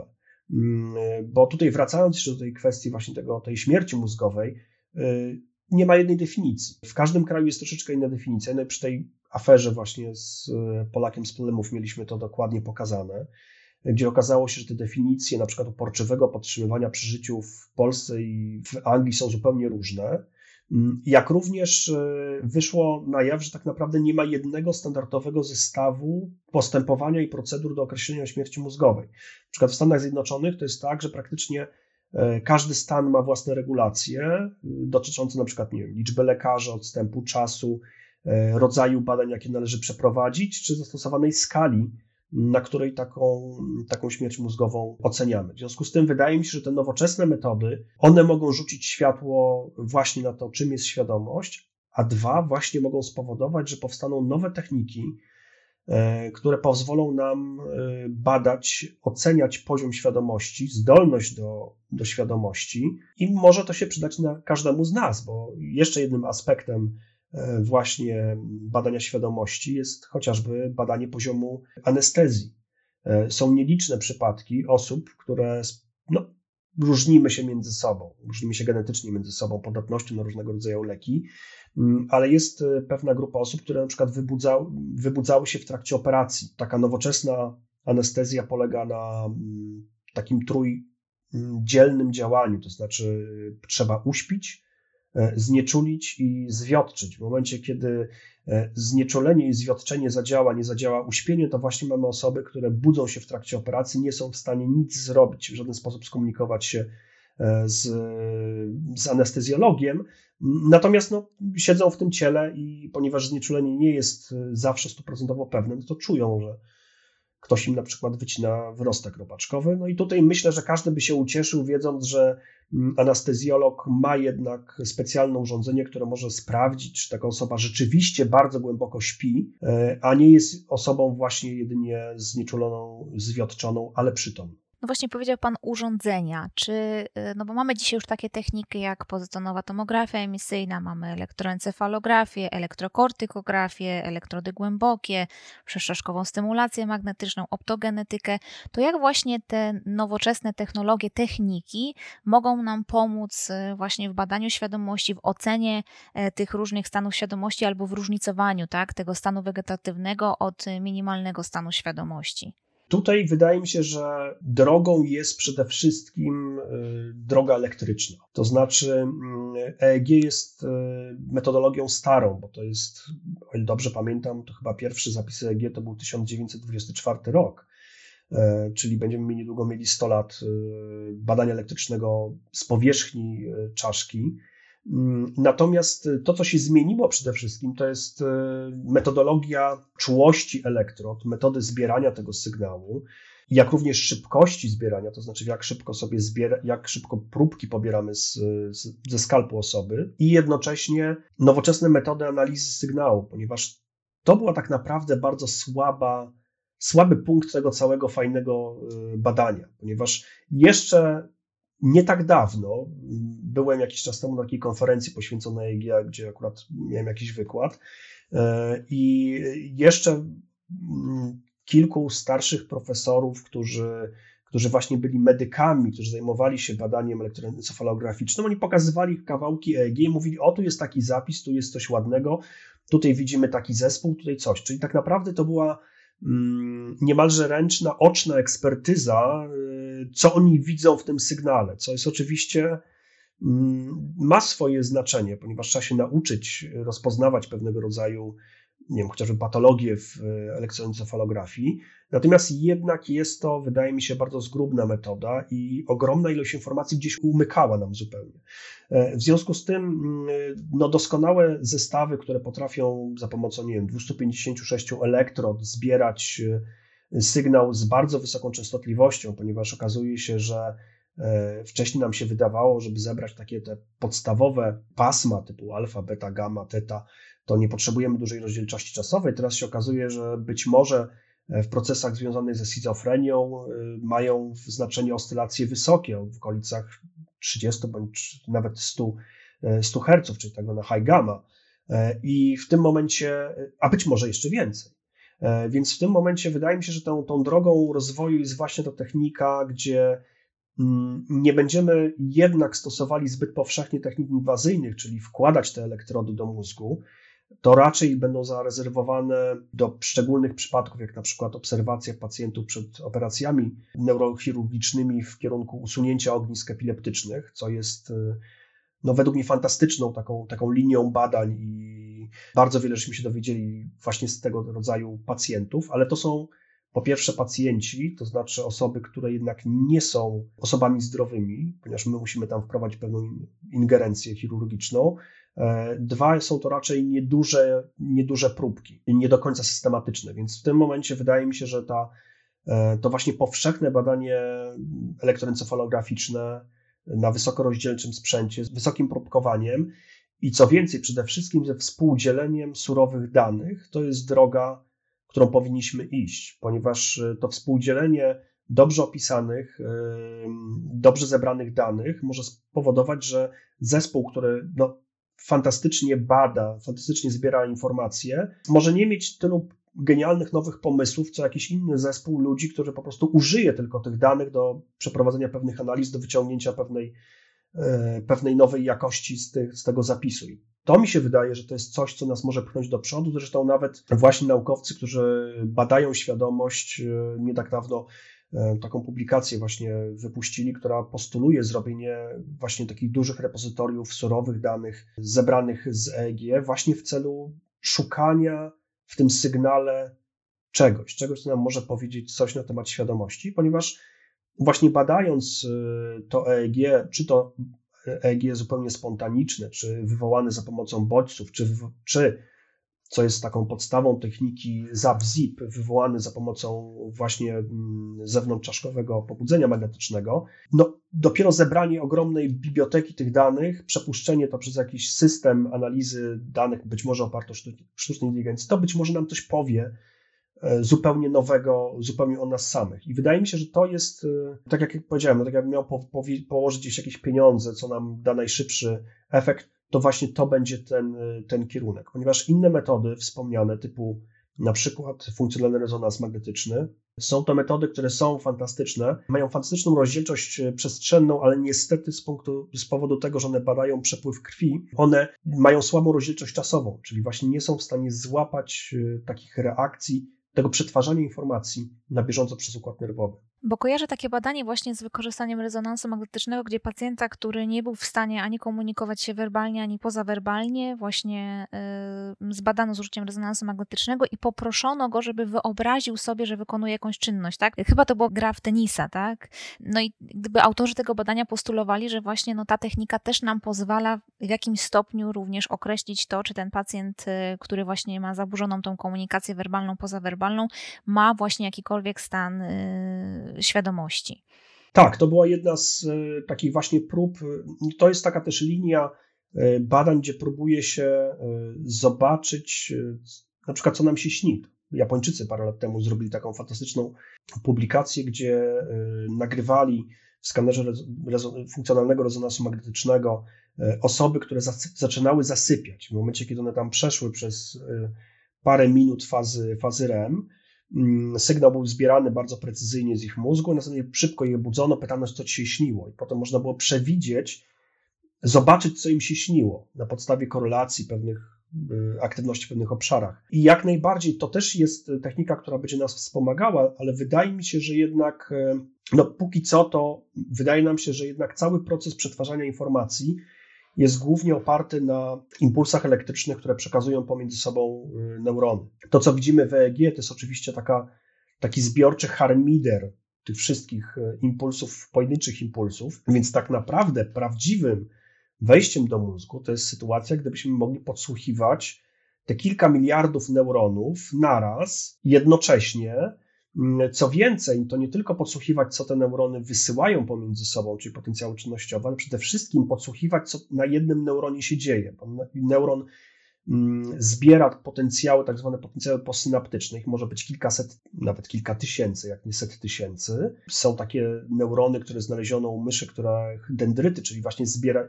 Bo tutaj wracając jeszcze do tej kwestii właśnie tej śmierci mózgowej, nie ma jednej definicji. W każdym kraju jest troszeczkę inna definicja. No i przy tej aferze właśnie z Polakiem z Plymouth mieliśmy to dokładnie pokazane, gdzie okazało się, że te definicje na przykład uporczywego podtrzymywania przy życiu w Polsce i w Anglii są zupełnie różne. Jak również wyszło na jaw, że tak naprawdę nie ma jednego standardowego zestawu postępowania i procedur do określenia śmierci mózgowej. Na przykład w Stanach Zjednoczonych to jest tak, że praktycznie każdy stan ma własne regulacje dotyczące na przykład, nie wiem, liczby lekarzy, odstępu czasu, rodzaju badań, jakie należy przeprowadzić, czy zastosowanej skali na której taką śmierć mózgową oceniamy. W związku z tym wydaje mi się, że te nowoczesne metody, one mogą rzucić światło właśnie na to, czym jest świadomość, a dwa, właśnie mogą spowodować, że powstaną nowe techniki, które pozwolą nam badać, oceniać poziom świadomości, zdolność do świadomości i może to się przydać na każdemu z nas, bo jeszcze jednym aspektem właśnie badania świadomości jest chociażby badanie poziomu anestezji. Są nieliczne przypadki osób, które różnimy się między sobą, różnimy się genetycznie między sobą, podatnością na różnego rodzaju leki, ale jest pewna grupa osób, które na przykład wybudzały się w trakcie operacji. Taka nowoczesna anestezja polega na takim trójdzielnym działaniu, to znaczy trzeba uśpić, znieczulić i zwiotczyć. W momencie, kiedy znieczulenie i zwiotczenie nie zadziała uśpienie, to właśnie mamy osoby, które budzą się w trakcie operacji, nie są w stanie nic zrobić, w żaden sposób skomunikować się z anestezjologiem, natomiast siedzą w tym ciele i ponieważ znieczulenie nie jest zawsze 100% pewne, to czują, że ktoś im na przykład wycina wyrostek robaczkowy. No i tutaj myślę, że każdy by się ucieszył, wiedząc, że anestezjolog ma jednak specjalne urządzenie, które może sprawdzić, czy taka osoba rzeczywiście bardzo głęboko śpi, a nie jest osobą właśnie jedynie znieczuloną, zwiotczoną, ale przytomną. No właśnie powiedział Pan urządzenia, bo mamy dzisiaj już takie techniki jak pozytonowa tomografia emisyjna, mamy elektroencefalografię, elektrokortykografię, elektrody głębokie, przestrzeszkową stymulację magnetyczną, optogenetykę. To jak właśnie te nowoczesne technologie, techniki mogą nam pomóc właśnie w badaniu świadomości, w ocenie tych różnych stanów świadomości albo w różnicowaniu, tak, tego stanu wegetatywnego od minimalnego stanu świadomości? Tutaj wydaje mi się, że drogą jest przede wszystkim droga elektryczna. To znaczy EEG jest metodologią starą, bo to jest, o ile dobrze pamiętam, to chyba pierwszy zapis EEG to był 1924 rok, czyli będziemy niedługo mieli 100 lat badania elektrycznego z powierzchni czaszki. Natomiast to, co się zmieniło przede wszystkim, to jest metodologia czułości elektrod, metody zbierania tego sygnału, jak również szybkości zbierania, to znaczy jak szybko próbki pobieramy ze skalpu osoby i jednocześnie nowoczesne metody analizy sygnału, ponieważ to była tak naprawdę bardzo słaby punkt tego całego fajnego badania, ponieważ jeszcze nie tak dawno, byłem jakiś czas temu na takiej konferencji poświęconej EEG, gdzie akurat miałem jakiś wykład i jeszcze kilku starszych profesorów, którzy właśnie byli medykami, którzy zajmowali się badaniem elektroencefalograficznym, oni pokazywali kawałki EEG i mówili, tu jest taki zapis, tu jest coś ładnego, tutaj widzimy taki zespół, tutaj coś. Czyli tak naprawdę to była niemalże ręczna, oczna ekspertyza, co oni widzą w tym sygnale, co jest oczywiście, ma swoje znaczenie, ponieważ trzeba się nauczyć rozpoznawać pewnego rodzaju, chociażby patologie w elektroencefalografii, natomiast jednak jest to, wydaje mi się, bardzo zgrubna metoda i ogromna ilość informacji gdzieś umykała nam zupełnie. W związku z tym doskonałe zestawy, które potrafią za pomocą 256 elektrod zbierać sygnał z bardzo wysoką częstotliwością, ponieważ okazuje się, że wcześniej nam się wydawało, żeby zebrać takie te podstawowe pasma typu alfa, beta, gamma, teta, to nie potrzebujemy dużej rozdzielczości czasowej. Teraz się okazuje, że być może w procesach związanych ze schizofrenią mają znaczenie oscylacje wysokie, w okolicach 30 bądź nawet 100 Hz, czyli tak zwana high gamma. I w tym momencie, a być może jeszcze więcej. Więc w tym momencie wydaje mi się, że tą drogą rozwoju jest właśnie ta technika, gdzie nie będziemy jednak stosowali zbyt powszechnie technik inwazyjnych, czyli wkładać te elektrody do mózgu, to raczej będą zarezerwowane do szczególnych przypadków, jak na przykład obserwacja pacjentów przed operacjami neurochirurgicznymi w kierunku usunięcia ognisk epileptycznych, co jest według mnie fantastyczną taką linią badań i bardzo wiele żeśmy się dowiedzieli właśnie z tego rodzaju pacjentów, ale to są po pierwsze pacjenci, to znaczy osoby, które jednak nie są osobami zdrowymi, ponieważ my musimy tam wprowadzić pewną ingerencję chirurgiczną, Dwa, są to raczej nieduże próbki, nie do końca systematyczne, więc w tym momencie wydaje mi się, że to właśnie powszechne badanie elektroencefalograficzne na wysokorozdzielczym sprzęcie z wysokim próbkowaniem i co więcej, przede wszystkim ze współdzieleniem surowych danych, to jest droga, którą powinniśmy iść, ponieważ to współdzielenie dobrze opisanych, dobrze zebranych danych może spowodować, że zespół, który fantastycznie bada, fantastycznie zbiera informacje, może nie mieć tylu genialnych nowych pomysłów, co jakiś inny zespół ludzi, który po prostu użyje tylko tych danych do przeprowadzenia pewnych analiz, do wyciągnięcia pewnej nowej jakości z tego zapisu. I to mi się wydaje, że to jest coś, co nas może pchnąć do przodu. Zresztą nawet właśnie naukowcy, którzy badają świadomość, nie tak dawno taką publikację właśnie wypuścili, która postuluje zrobienie właśnie takich dużych repozytoriów surowych danych zebranych z EEG właśnie w celu szukania w tym sygnale czegoś, co nam może powiedzieć coś na temat świadomości, ponieważ właśnie badając to EEG, czy to EEG zupełnie spontaniczne, czy wywołane za pomocą bodźców, czy co jest taką podstawą techniki ZAP-ZIP, wywołany za pomocą właśnie zewnątrzczaszkowego pobudzenia magnetycznego, dopiero zebranie ogromnej biblioteki tych danych, przepuszczenie to przez jakiś system analizy danych, być może oparty o sztucznej inteligencji, to być może nam coś powie zupełnie nowego, zupełnie o nas samych. I wydaje mi się, że to jest, tak jak powiedziałem, tak jakbym miał położyć gdzieś jakieś pieniądze, co nam da najszybszy efekt, to właśnie to będzie ten kierunek. Ponieważ inne metody wspomniane, typu na przykład funkcjonalny rezonans magnetyczny, są to metody, które są fantastyczne, mają fantastyczną rozdzielczość przestrzenną, ale niestety z powodu tego, że one badają przepływ krwi, one mają słabą rozdzielczość czasową, czyli właśnie nie są w stanie złapać takich reakcji, tego przetwarzania informacji na bieżąco przez układ nerwowy. Bo kojarzę takie badanie właśnie z wykorzystaniem rezonansu magnetycznego, gdzie pacjenta, który nie był w stanie ani komunikować się werbalnie, ani pozawerbalnie, właśnie zbadano z użyciem rezonansu magnetycznego i poproszono go, żeby wyobraził sobie, że wykonuje jakąś czynność, tak? Chyba to była gra w tenisa, tak? No i gdyby autorzy tego badania postulowali, że właśnie ta technika też nam pozwala w jakimś stopniu również określić to, czy ten pacjent, który właśnie ma zaburzoną tą komunikację werbalną, pozawerbalną, ma właśnie jakikolwiek stan świadomości. Tak, to była jedna z takich właśnie prób. To jest taka też linia badań, gdzie próbuje się zobaczyć na przykład, co nam się śni. Japończycy parę lat temu zrobili taką fantastyczną publikację, gdzie nagrywali w skanerze funkcjonalnego rezonansu magnetycznego osoby, które zaczynały zasypiać. W momencie, kiedy one tam przeszły przez parę minut fazy REM, sygnał był zbierany bardzo precyzyjnie z ich mózgu, następnie szybko je budzono, pytano, co ci się śniło. I potem można było przewidzieć, zobaczyć, co im się śniło na podstawie korelacji pewnych aktywności w pewnych obszarach. I jak najbardziej to też jest technika, która będzie nas wspomagała, ale wydaje mi się, że jednak, póki co to wydaje nam się, że jednak cały proces przetwarzania informacji jest głównie oparty na impulsach elektrycznych, które przekazują pomiędzy sobą neurony. To, co widzimy w EEG, to jest oczywiście taki zbiorczy harmider tych wszystkich impulsów, pojedynczych impulsów, więc tak naprawdę prawdziwym wejściem do mózgu to jest sytuacja, gdybyśmy mogli podsłuchiwać te kilka miliardów neuronów naraz, jednocześnie. Co więcej, to nie tylko podsłuchiwać, co te neurony wysyłają pomiędzy sobą, czyli potencjały czynnościowe, ale przede wszystkim podsłuchiwać, co na jednym neuronie się dzieje. Neuron zbiera potencjały, tak zwane potencjały postsynaptyczne. Ich może być kilkaset, nawet kilka tysięcy, jak nie set tysięcy. Są takie neurony, które znaleziono u myszy, które dendryty, czyli właśnie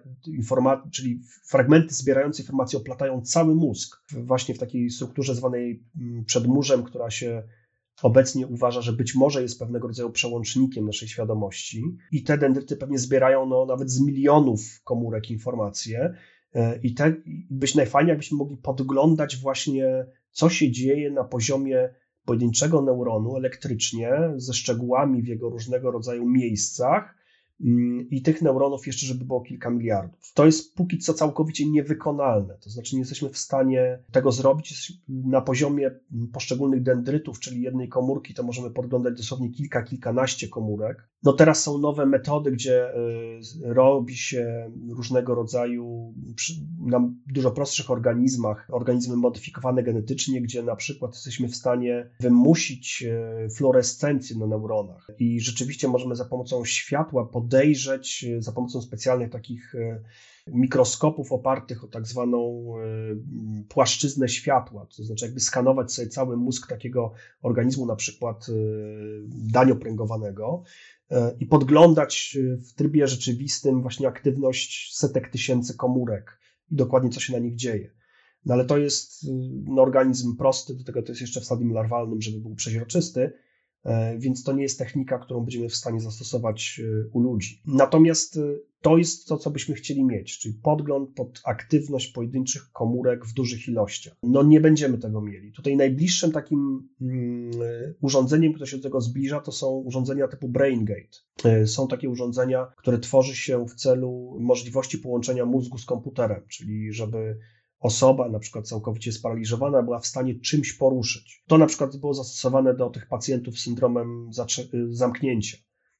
czyli fragmenty zbierające informacje oplatają cały mózg. Właśnie w takiej strukturze zwanej przedmurzem, która się obecnie uważa, że być może jest pewnego rodzaju przełącznikiem naszej świadomości i te dendryty pewnie zbierają nawet z milionów komórek informacje i najfajniej, jakbyśmy mogli podglądać właśnie, co się dzieje na poziomie pojedynczego neuronu elektrycznie, ze szczegółami w jego różnego rodzaju miejscach, i tych neuronów jeszcze, żeby było kilka miliardów. To jest póki co całkowicie niewykonalne, to znaczy nie jesteśmy w stanie tego zrobić na poziomie poszczególnych dendrytów, czyli jednej komórki, to możemy podglądać dosłownie kilkanaście komórek. No teraz są nowe metody, gdzie robi się różnego rodzaju na dużo prostszych organizmach, organizmy modyfikowane genetycznie, gdzie na przykład jesteśmy w stanie wymusić fluorescencję na neuronach i rzeczywiście możemy za pomocą światła podejrzeć, za pomocą specjalnych takich mikroskopów opartych o tak zwaną płaszczyznę światła, to znaczy jakby skanować sobie cały mózg takiego organizmu, na przykład daniopręgowanego, i podglądać w trybie rzeczywistym właśnie aktywność setek tysięcy komórek i dokładnie co się na nich dzieje. No ale to jest organizm prosty, do tego to jest jeszcze w stadium larwalnym, żeby był przeźroczysty, więc to nie jest technika, którą będziemy w stanie zastosować u ludzi. Natomiast to jest to, co byśmy chcieli mieć, czyli podgląd pod aktywność pojedynczych komórek w dużych ilościach. No nie będziemy tego mieli. Tutaj najbliższym takim urządzeniem, które się do tego zbliża, to są urządzenia typu BrainGate. Są takie urządzenia, które tworzy się w celu możliwości połączenia mózgu z komputerem, czyli żeby osoba, na przykład całkowicie sparaliżowana, była w stanie czymś poruszyć. To na przykład było zastosowane do tych pacjentów z syndromem zamknięcia.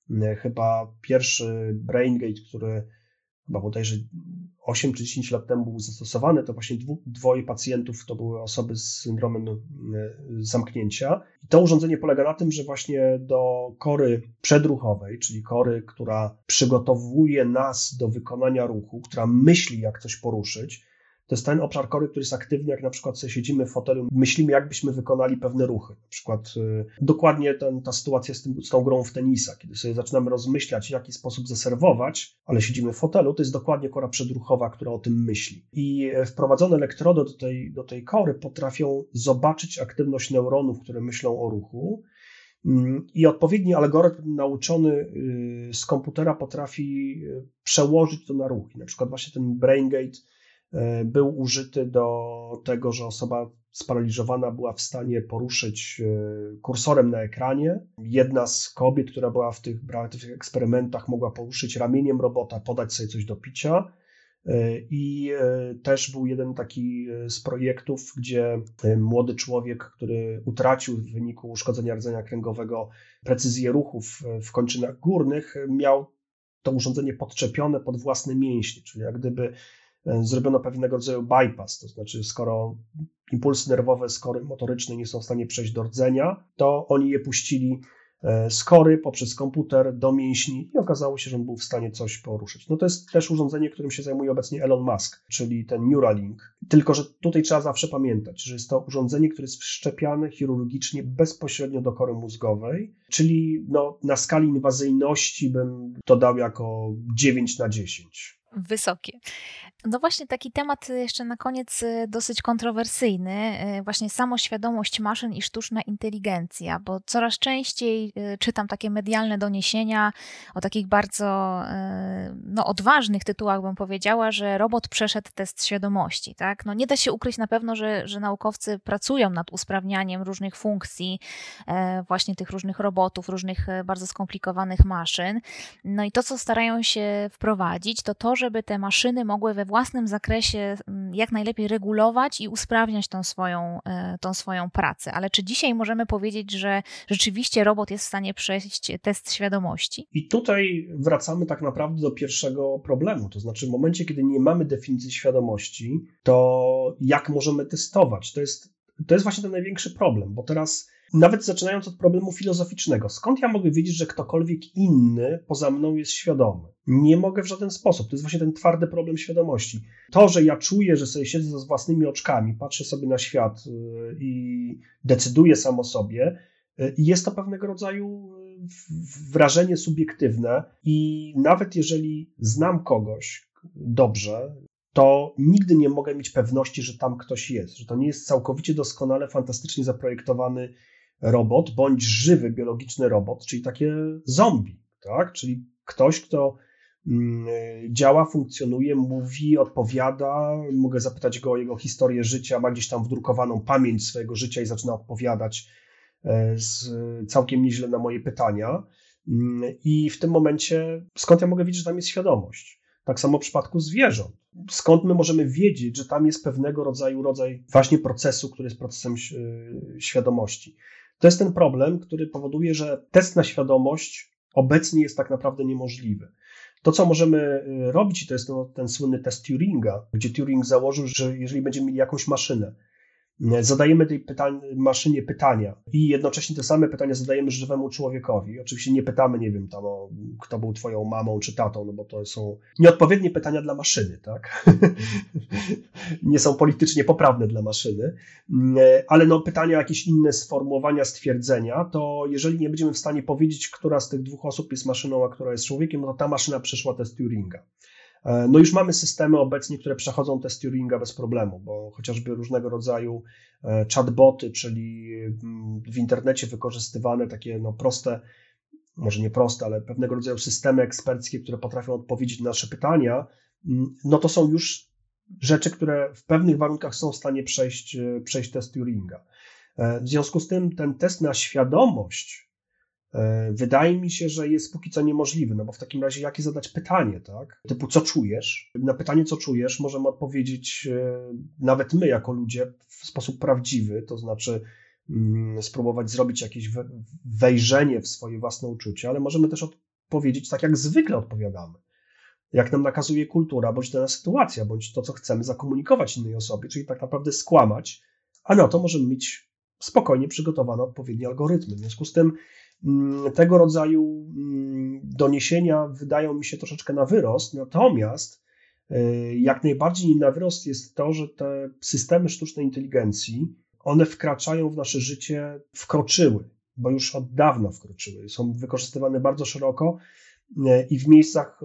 Chyba pierwszy BrainGate, który chyba bodajże 8 czy 10 lat temu był zastosowany, to właśnie dwoje pacjentów to były osoby z syndromem zamknięcia. I to urządzenie polega na tym, że właśnie do kory przedruchowej, czyli kory, która przygotowuje nas do wykonania ruchu, która myśli, jak coś poruszyć, to jest ten obszar kory, który jest aktywny, jak na przykład sobie siedzimy w fotelu, myślimy, jakbyśmy wykonali pewne ruchy. Na przykład dokładnie ta sytuacja z tą grą w tenisa, kiedy sobie zaczynamy rozmyślać, w jaki sposób zaserwować, ale siedzimy w fotelu, to jest dokładnie kora przedruchowa, która o tym myśli. I wprowadzone elektrody do tej kory potrafią zobaczyć aktywność neuronów, które myślą o ruchu, i odpowiedni algorytm nauczony z komputera potrafi przełożyć to na ruch. I na przykład właśnie ten BrainGate był użyty do tego, że osoba sparaliżowana była w stanie poruszyć kursorem na ekranie. Jedna z kobiet, która była w tych eksperymentach, mogła poruszyć ramieniem robota, podać sobie coś do picia. I też był jeden taki z projektów, gdzie młody człowiek, który utracił w wyniku uszkodzenia rdzenia kręgowego precyzję ruchów w kończynach górnych, miał to urządzenie podczepione pod własne mięśnie, czyli jak gdyby zrobiono pewnego rodzaju bypass, to znaczy skoro impulsy nerwowe z kory motorycznej nie są w stanie przejść do rdzenia, to oni je puścili z kory poprzez komputer do mięśni i okazało się, że on był w stanie coś poruszyć. No to jest też urządzenie, którym się zajmuje obecnie Elon Musk, czyli ten Neuralink. Tylko że tutaj trzeba zawsze pamiętać, że jest to urządzenie, które jest wszczepiane chirurgicznie bezpośrednio do kory mózgowej, czyli na skali inwazyjności bym to dał jako 9/10. Wysokie. No właśnie taki temat jeszcze na koniec dosyć kontrowersyjny, właśnie samoświadomość maszyn i sztuczna inteligencja, bo coraz częściej czytam takie medialne doniesienia o takich bardzo odważnych tytułach, bym powiedziała, że robot przeszedł test świadomości. Tak? No nie da się ukryć na pewno, że naukowcy pracują nad usprawnianiem różnych funkcji, właśnie tych różnych robotów, różnych bardzo skomplikowanych maszyn. No i to, co starają się wprowadzić, to, żeby te maszyny mogły we własnym zakresie jak najlepiej regulować i usprawniać tą swoją pracę. Ale czy dzisiaj możemy powiedzieć, że rzeczywiście robot jest w stanie przejść test świadomości? I tutaj wracamy tak naprawdę do pierwszego problemu. To znaczy w momencie, kiedy nie mamy definicji świadomości, to jak możemy testować? To jest właśnie ten największy problem, bo teraz nawet zaczynając od problemu filozoficznego, skąd ja mogę wiedzieć, że ktokolwiek inny poza mną jest świadomy? Nie mogę w żaden sposób. To jest właśnie ten twardy problem świadomości. To, że ja czuję, że sobie siedzę z własnymi oczkami, patrzę sobie na świat i decyduję sam o sobie, jest to pewnego rodzaju wrażenie subiektywne i nawet jeżeli znam kogoś dobrze, to nigdy nie mogę mieć pewności, że tam ktoś jest, że to nie jest całkowicie doskonale, fantastycznie zaprojektowany robot, bądź żywy, biologiczny robot, czyli takie zombie, tak? Czyli ktoś, kto działa, funkcjonuje, mówi, odpowiada, mogę zapytać go o jego historię życia, ma gdzieś tam wdrukowaną pamięć swojego życia i zaczyna odpowiadać całkiem nieźle na moje pytania. I w tym momencie, skąd ja mogę wiedzieć, że tam jest świadomość? Tak samo w przypadku zwierząt. Skąd my możemy wiedzieć, że tam jest pewnego rodzaj właśnie procesu, który jest procesem świadomości? To jest ten problem, który powoduje, że test na świadomość obecnie jest tak naprawdę niemożliwy. To, co możemy robić, to jest ten słynny test Turinga, gdzie Turing założył, że jeżeli będziemy mieli jakąś maszynę, zadajemy tej maszynie pytania i jednocześnie te same pytania zadajemy żywemu człowiekowi. Oczywiście nie pytamy, nie wiem, kto był twoją mamą czy tatą, no bo to są nieodpowiednie pytania dla maszyny, tak? Nie są politycznie poprawne dla maszyny, ale pytania, jakieś inne sformułowania, stwierdzenia, to jeżeli nie będziemy w stanie powiedzieć, która z tych dwóch osób jest maszyną, a która jest człowiekiem, no to ta maszyna przeszła test Turinga. No już mamy systemy obecnie, które przechodzą test Turinga bez problemu, bo chociażby różnego rodzaju chatboty, czyli w internecie wykorzystywane takie proste, może nie proste, ale pewnego rodzaju systemy eksperckie, które potrafią odpowiedzieć na nasze pytania, no to są już rzeczy, które w pewnych warunkach są w stanie przejść test Turinga. W związku z tym ten test na świadomość wydaje mi się, że jest póki co niemożliwy, no bo w takim razie jakie zadać pytanie, tak? Typu co czujesz? Na pytanie co czujesz możemy odpowiedzieć nawet my jako ludzie w sposób prawdziwy, to znaczy spróbować zrobić jakieś wejrzenie w swoje własne uczucia, ale możemy też odpowiedzieć tak jak zwykle odpowiadamy. Jak nam nakazuje kultura, bądź dana sytuacja, bądź to, co chcemy zakomunikować innej osobie, czyli tak naprawdę skłamać, a na to możemy mieć spokojnie przygotowane odpowiednie algorytmy. W związku z tym tego rodzaju doniesienia wydają mi się troszeczkę na wyrost, natomiast jak najbardziej na wyrost jest to, że te systemy sztucznej inteligencji, one wkraczają w nasze życie, wkroczyły, bo już od dawna wkroczyły, są wykorzystywane bardzo szeroko i w miejscach,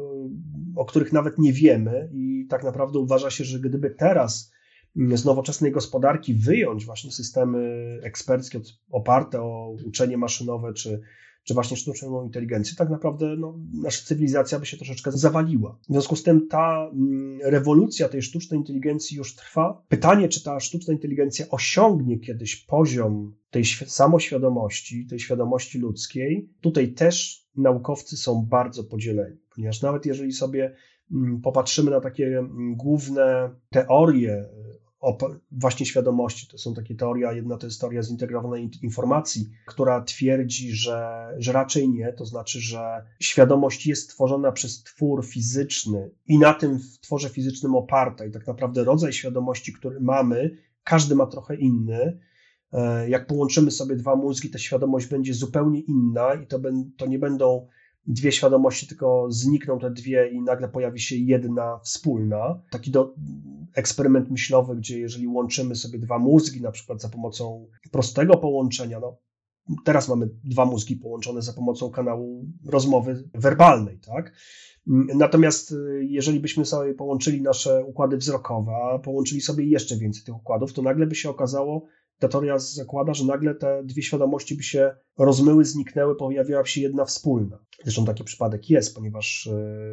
o których nawet nie wiemy i tak naprawdę uważa się, że gdyby teraz z nowoczesnej gospodarki wyjąć właśnie systemy eksperckie oparte o uczenie maszynowe, czy właśnie sztuczną inteligencję, tak naprawdę nasza cywilizacja by się troszeczkę zawaliła. W związku z tym ta rewolucja tej sztucznej inteligencji już trwa. Pytanie, czy ta sztuczna inteligencja osiągnie kiedyś poziom tej samoświadomości, tej świadomości ludzkiej. Tutaj też naukowcy są bardzo podzieleni, ponieważ nawet jeżeli sobie popatrzymy na takie główne teorie właśnie świadomości. To są takie teorie, jedna to jest teoria zintegrowanej informacji, która twierdzi, że raczej nie, to znaczy, że świadomość jest tworzona przez twór fizyczny i na tym tworze fizycznym oparta i tak naprawdę rodzaj świadomości, który mamy, każdy ma trochę inny. Jak połączymy sobie dwa mózgi, ta świadomość będzie zupełnie inna i to nie będą dwie świadomości, tylko znikną te dwie i nagle pojawi się jedna wspólna. Taki eksperyment myślowy, gdzie jeżeli łączymy sobie dwa mózgi, na przykład za pomocą prostego połączenia, teraz mamy dwa mózgi połączone za pomocą kanału rozmowy werbalnej, tak? Natomiast jeżeli byśmy sobie połączyli nasze układy wzrokowe, a połączyli sobie jeszcze więcej tych układów, to nagle by się okazało, ta teoria zakłada, że nagle te dwie świadomości by się rozmyły, zniknęły, pojawiła się jedna wspólna. Zresztą taki przypadek jest, ponieważ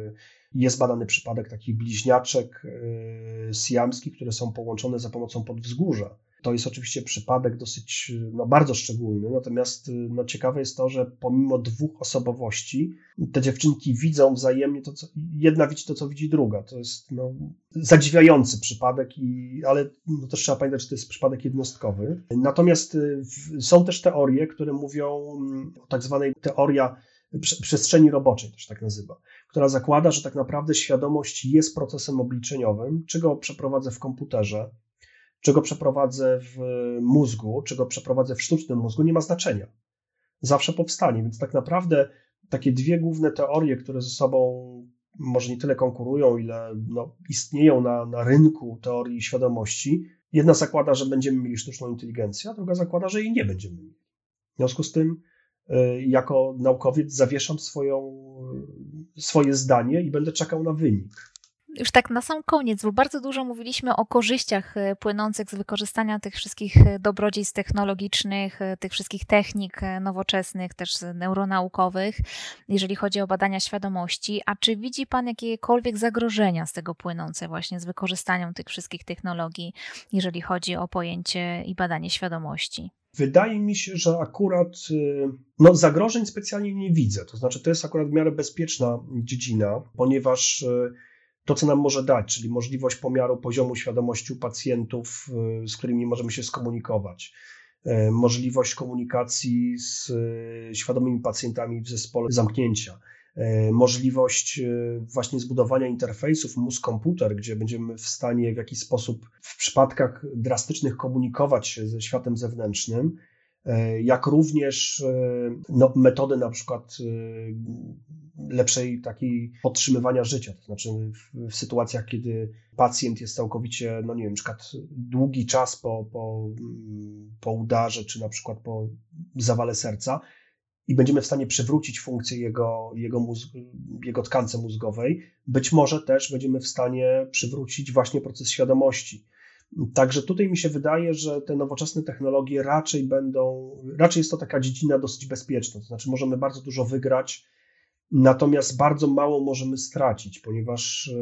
jest badany przypadek takich bliźniaczek siamskich, które są połączone za pomocą podwzgórza. To jest oczywiście przypadek dosyć, bardzo szczególny, natomiast ciekawe jest to, że pomimo dwóch osobowości te dziewczynki widzą wzajemnie to, co jedna widzi to, co widzi druga. To jest zadziwiający przypadek, ale też trzeba pamiętać, że to jest przypadek jednostkowy. Natomiast są też teorie, które mówią o tak zwanej teoria przestrzeni roboczej, to się tak nazywa, która zakłada, że tak naprawdę świadomość jest procesem obliczeniowym, czy go przeprowadzę w komputerze, czy go przeprowadzę w mózgu, czy go przeprowadzę w sztucznym mózgu, nie ma znaczenia. Zawsze powstanie, więc tak naprawdę takie dwie główne teorie, które ze sobą może nie tyle konkurują, ile istnieją na rynku teorii świadomości. Jedna zakłada, że będziemy mieli sztuczną inteligencję, a druga zakłada, że jej nie będziemy mieli. W związku z tym jako naukowiec zawieszam swoje zdanie i będę czekał na wynik. Już tak na sam koniec, bo bardzo dużo mówiliśmy o korzyściach płynących z wykorzystania tych wszystkich dobrodziejstw technologicznych, tych wszystkich technik nowoczesnych, też neuronaukowych, jeżeli chodzi o badania świadomości. A czy widzi Pan jakiekolwiek zagrożenia z tego płynące właśnie z wykorzystaniem tych wszystkich technologii, jeżeli chodzi o pojęcie i badanie świadomości? Wydaje mi się, że akurat zagrożeń specjalnie nie widzę. To znaczy, to jest akurat w miarę bezpieczna dziedzina, ponieważ to, co nam może dać, czyli możliwość pomiaru poziomu świadomości u pacjentów, z którymi możemy się skomunikować, możliwość komunikacji z świadomymi pacjentami w zespole zamknięcia, możliwość właśnie zbudowania interfejsów mózg-komputer, gdzie będziemy w stanie w jakiś sposób w przypadkach drastycznych komunikować się ze światem zewnętrznym, jak również metody na przykład lepszej takiej podtrzymywania życia, to znaczy w sytuacjach, kiedy pacjent jest całkowicie, na przykład długi czas po udarze, czy na przykład po zawale serca i będziemy w stanie przywrócić funkcję jego tkance mózgowej, być może też będziemy w stanie przywrócić właśnie proces świadomości. Także tutaj mi się wydaje, że te nowoczesne technologie raczej jest to taka dziedzina dosyć bezpieczna, to znaczy możemy bardzo dużo wygrać, natomiast bardzo mało możemy stracić, ponieważ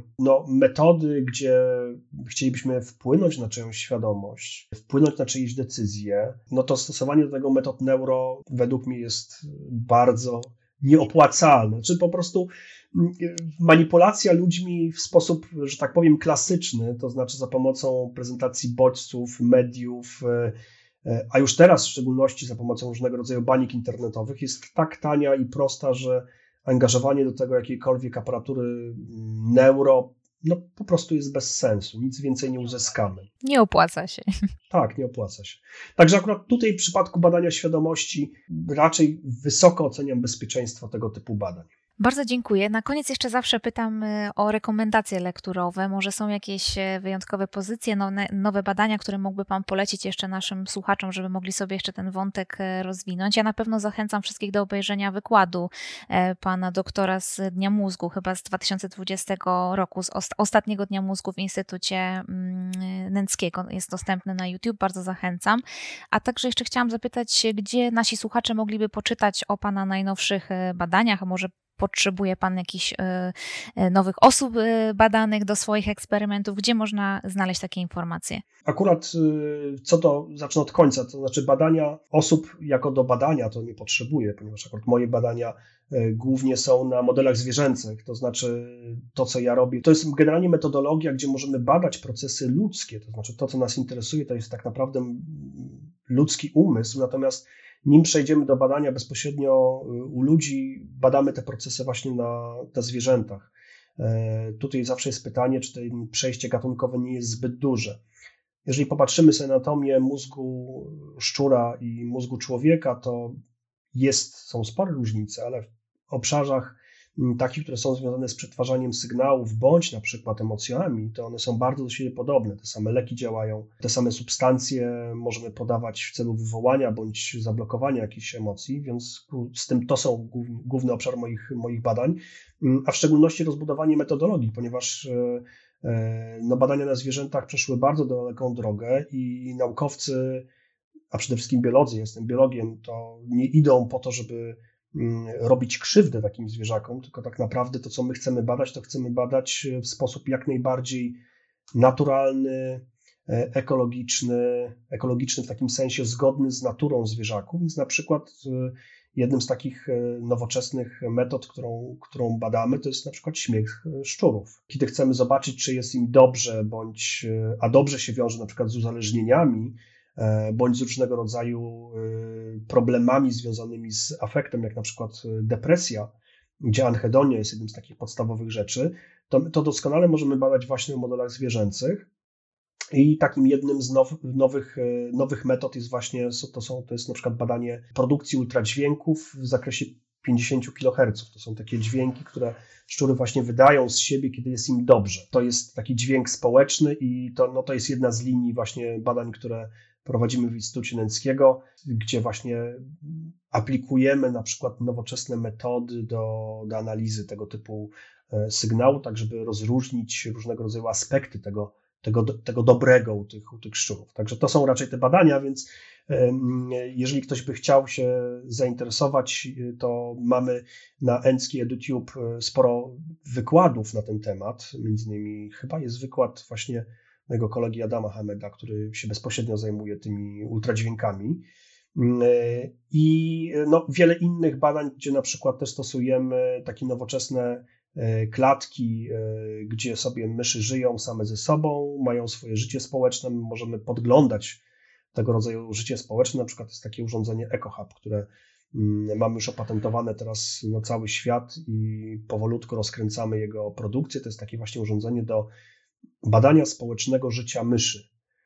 metody, gdzie chcielibyśmy wpłynąć na czyjąś świadomość, wpłynąć na czyjeś decyzje, to stosowanie do tego metod neuro według mnie jest bardzo nieopłacalne. Czy po prostu manipulacja ludźmi w sposób, że tak powiem, klasyczny, to znaczy za pomocą prezentacji bodźców, mediów, a już teraz w szczególności za pomocą różnego rodzaju banik internetowych jest tak tania i prosta, że angażowanie do tego jakiejkolwiek aparatury neuro po prostu jest bez sensu. Nic więcej nie uzyskamy. Nie opłaca się. Tak, nie opłaca się. Także akurat tutaj w przypadku badania świadomości raczej wysoko oceniam bezpieczeństwo tego typu badań. Bardzo dziękuję. Na koniec jeszcze zawsze pytam o rekomendacje lekturowe. Może są jakieś wyjątkowe pozycje, nowe badania, które mógłby Pan polecić jeszcze naszym słuchaczom, żeby mogli sobie jeszcze ten wątek rozwinąć. Ja na pewno zachęcam wszystkich do obejrzenia wykładu Pana doktora z Dnia Mózgu, chyba z 2020 roku, z ostatniego Dnia Mózgu w Instytucie Nęckiego. Jest dostępny na YouTube, bardzo zachęcam. A także jeszcze chciałam zapytać, gdzie nasi słuchacze mogliby poczytać o Pana najnowszych badaniach, a może potrzebuje Pan jakichś nowych osób badanych do swoich eksperymentów? Gdzie można znaleźć takie informacje? Akurat zacznę od końca, to znaczy badania osób jako do badania to nie potrzebuję, ponieważ akurat moje badania głównie są na modelach zwierzęcych, to znaczy to, co ja robię, to jest generalnie metodologia, gdzie możemy badać procesy ludzkie, to znaczy to, co nas interesuje, to jest tak naprawdę ludzki umysł, natomiast nim przejdziemy do badania bezpośrednio u ludzi, badamy te procesy właśnie na zwierzętach. Tutaj zawsze jest pytanie, czy to przejście gatunkowe nie jest zbyt duże. Jeżeli popatrzymy sobie na anatomię mózgu szczura i mózgu człowieka, to są spore różnice, ale w obszarach takich, które są związane z przetwarzaniem sygnałów bądź na przykład emocjami, to one są bardzo do siebie podobne. Te same leki działają, te same substancje możemy podawać w celu wywołania bądź zablokowania jakichś emocji, więc z tym to są główny obszar moich badań, a w szczególności rozbudowanie metodologii, ponieważ badania na zwierzętach przeszły bardzo daleką drogę i naukowcy, a przede wszystkim biolodzy, jestem biologiem, to nie idą po to, żeby robić krzywdę takim zwierzakom, tylko tak naprawdę to, co my chcemy badać, to chcemy badać w sposób jak najbardziej naturalny, ekologiczny w takim sensie zgodny z naturą zwierzaków, więc na przykład jednym z takich nowoczesnych metod, którą badamy, to jest na przykład śmiech szczurów. Kiedy chcemy zobaczyć, czy jest im dobrze, a dobrze się wiąże na przykład z uzależnieniami, bądź z różnego rodzaju problemami związanymi z afektem, jak na przykład depresja, gdzie anhedonia jest jednym z takich podstawowych rzeczy, to doskonale możemy badać właśnie w modelach zwierzęcych. I takim jednym z nowych metod jest właśnie, to jest na przykład badanie produkcji ultradźwięków w zakresie 50 kHz. To są takie dźwięki, które szczury właśnie wydają z siebie, kiedy jest im dobrze. To jest taki dźwięk społeczny i to jest jedna z linii właśnie badań, które prowadzimy w Instytucie Nęckiego, gdzie właśnie aplikujemy na przykład nowoczesne metody do analizy tego typu sygnału, tak żeby rozróżnić różnego rodzaju aspekty tego dobrego u tych szczurów. Także to są raczej te badania, więc jeżeli ktoś by chciał się zainteresować, to mamy na Nęcki EduTube sporo wykładów na ten temat. Między innymi chyba jest wykład właśnie mojego kolegi Adama Hameda, który się bezpośrednio zajmuje tymi ultradźwiękami. I wiele innych badań, gdzie na przykład też stosujemy takie nowoczesne klatki, gdzie sobie myszy żyją same ze sobą, mają swoje życie społeczne, my możemy podglądać tego rodzaju życie społeczne. Na przykład jest takie urządzenie EcoHub, które mamy już opatentowane teraz na cały świat i powolutku rozkręcamy jego produkcję. To jest takie właśnie urządzenie do badania społecznego życia myszy,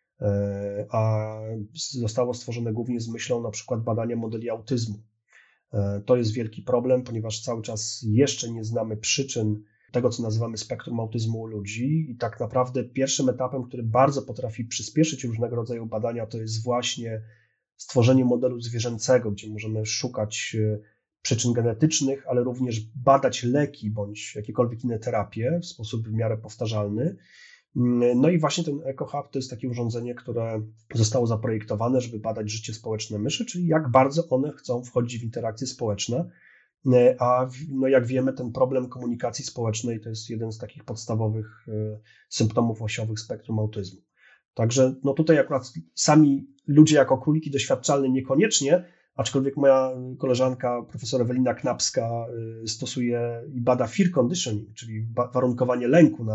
a zostało stworzone głównie z myślą na przykład badania modeli autyzmu. To jest wielki problem, ponieważ cały czas jeszcze nie znamy przyczyn tego, co nazywamy spektrum autyzmu u ludzi i tak naprawdę pierwszym etapem, który bardzo potrafi przyspieszyć różnego rodzaju badania, to jest właśnie stworzenie modelu zwierzęcego, gdzie możemy szukać przyczyn genetycznych, ale również badać leki bądź jakiekolwiek inne terapie w sposób w miarę powtarzalny. No i właśnie ten EcoHub to jest takie urządzenie, które zostało zaprojektowane, żeby badać życie społeczne myszy, czyli jak bardzo one chcą wchodzić w interakcje społeczne, a jak wiemy, ten problem komunikacji społecznej to jest jeden z takich podstawowych symptomów osiowych spektrum autyzmu. Także tutaj akurat sami ludzie jako króliki doświadczalne niekoniecznie, aczkolwiek moja koleżanka profesor Ewelina Knapska stosuje i bada fear conditioning, czyli warunkowanie lęku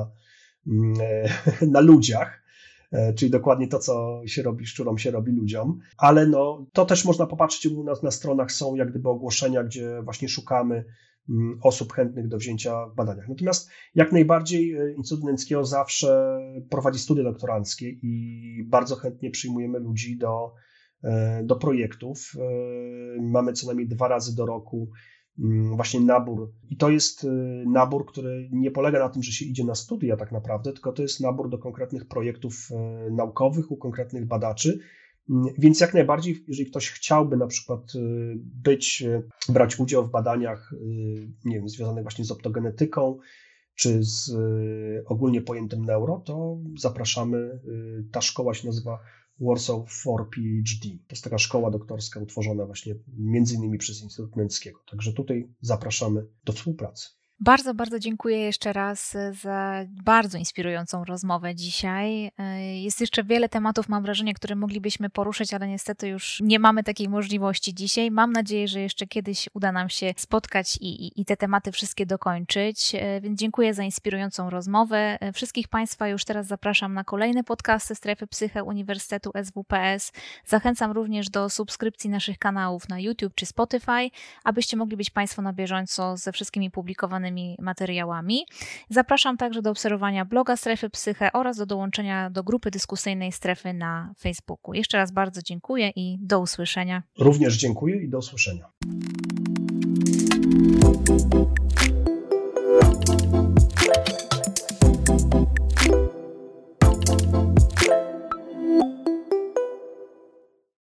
na ludziach, czyli dokładnie to, co się robi szczurom, się robi ludziom, ale to też można popatrzeć, u nas na stronach są jak gdyby ogłoszenia, gdzie właśnie szukamy osób chętnych do wzięcia w badaniach. Natomiast jak najbardziej Instytut Nęckiego zawsze prowadzi studia doktoranckie i bardzo chętnie przyjmujemy ludzi do projektów. Mamy co najmniej 2 razy do roku właśnie nabór i to jest nabór, który nie polega na tym, że się idzie na studia tak naprawdę, tylko to jest nabór do konkretnych projektów naukowych u konkretnych badaczy, więc jak najbardziej, jeżeli ktoś chciałby na przykład brać udział w badaniach, nie wiem, związanych właśnie z optogenetyką, czy z ogólnie pojętym neuro, to zapraszamy. Ta szkoła się nazywa Warsaw for PhD. To jest taka szkoła doktorska utworzona właśnie między innymi przez Instytut Nęckiego. Także tutaj zapraszamy do współpracy. Bardzo, bardzo dziękuję jeszcze raz za bardzo inspirującą rozmowę dzisiaj. Jest jeszcze wiele tematów, mam wrażenie, które moglibyśmy poruszyć, ale niestety już nie mamy takiej możliwości dzisiaj. Mam nadzieję, że jeszcze kiedyś uda nam się spotkać i te tematy wszystkie dokończyć, więc dziękuję za inspirującą rozmowę. Wszystkich Państwa już teraz zapraszam na kolejne podcasty Strefy Psyche Uniwersytetu SWPS. Zachęcam również do subskrypcji naszych kanałów na YouTube czy Spotify, abyście mogli być Państwo na bieżąco ze wszystkimi publikowanymi materiałami. Zapraszam także do obserwowania bloga Strefy Psyche oraz do dołączenia do grupy dyskusyjnej Strefy na Facebooku. Jeszcze raz bardzo dziękuję i do usłyszenia. Również dziękuję i do usłyszenia.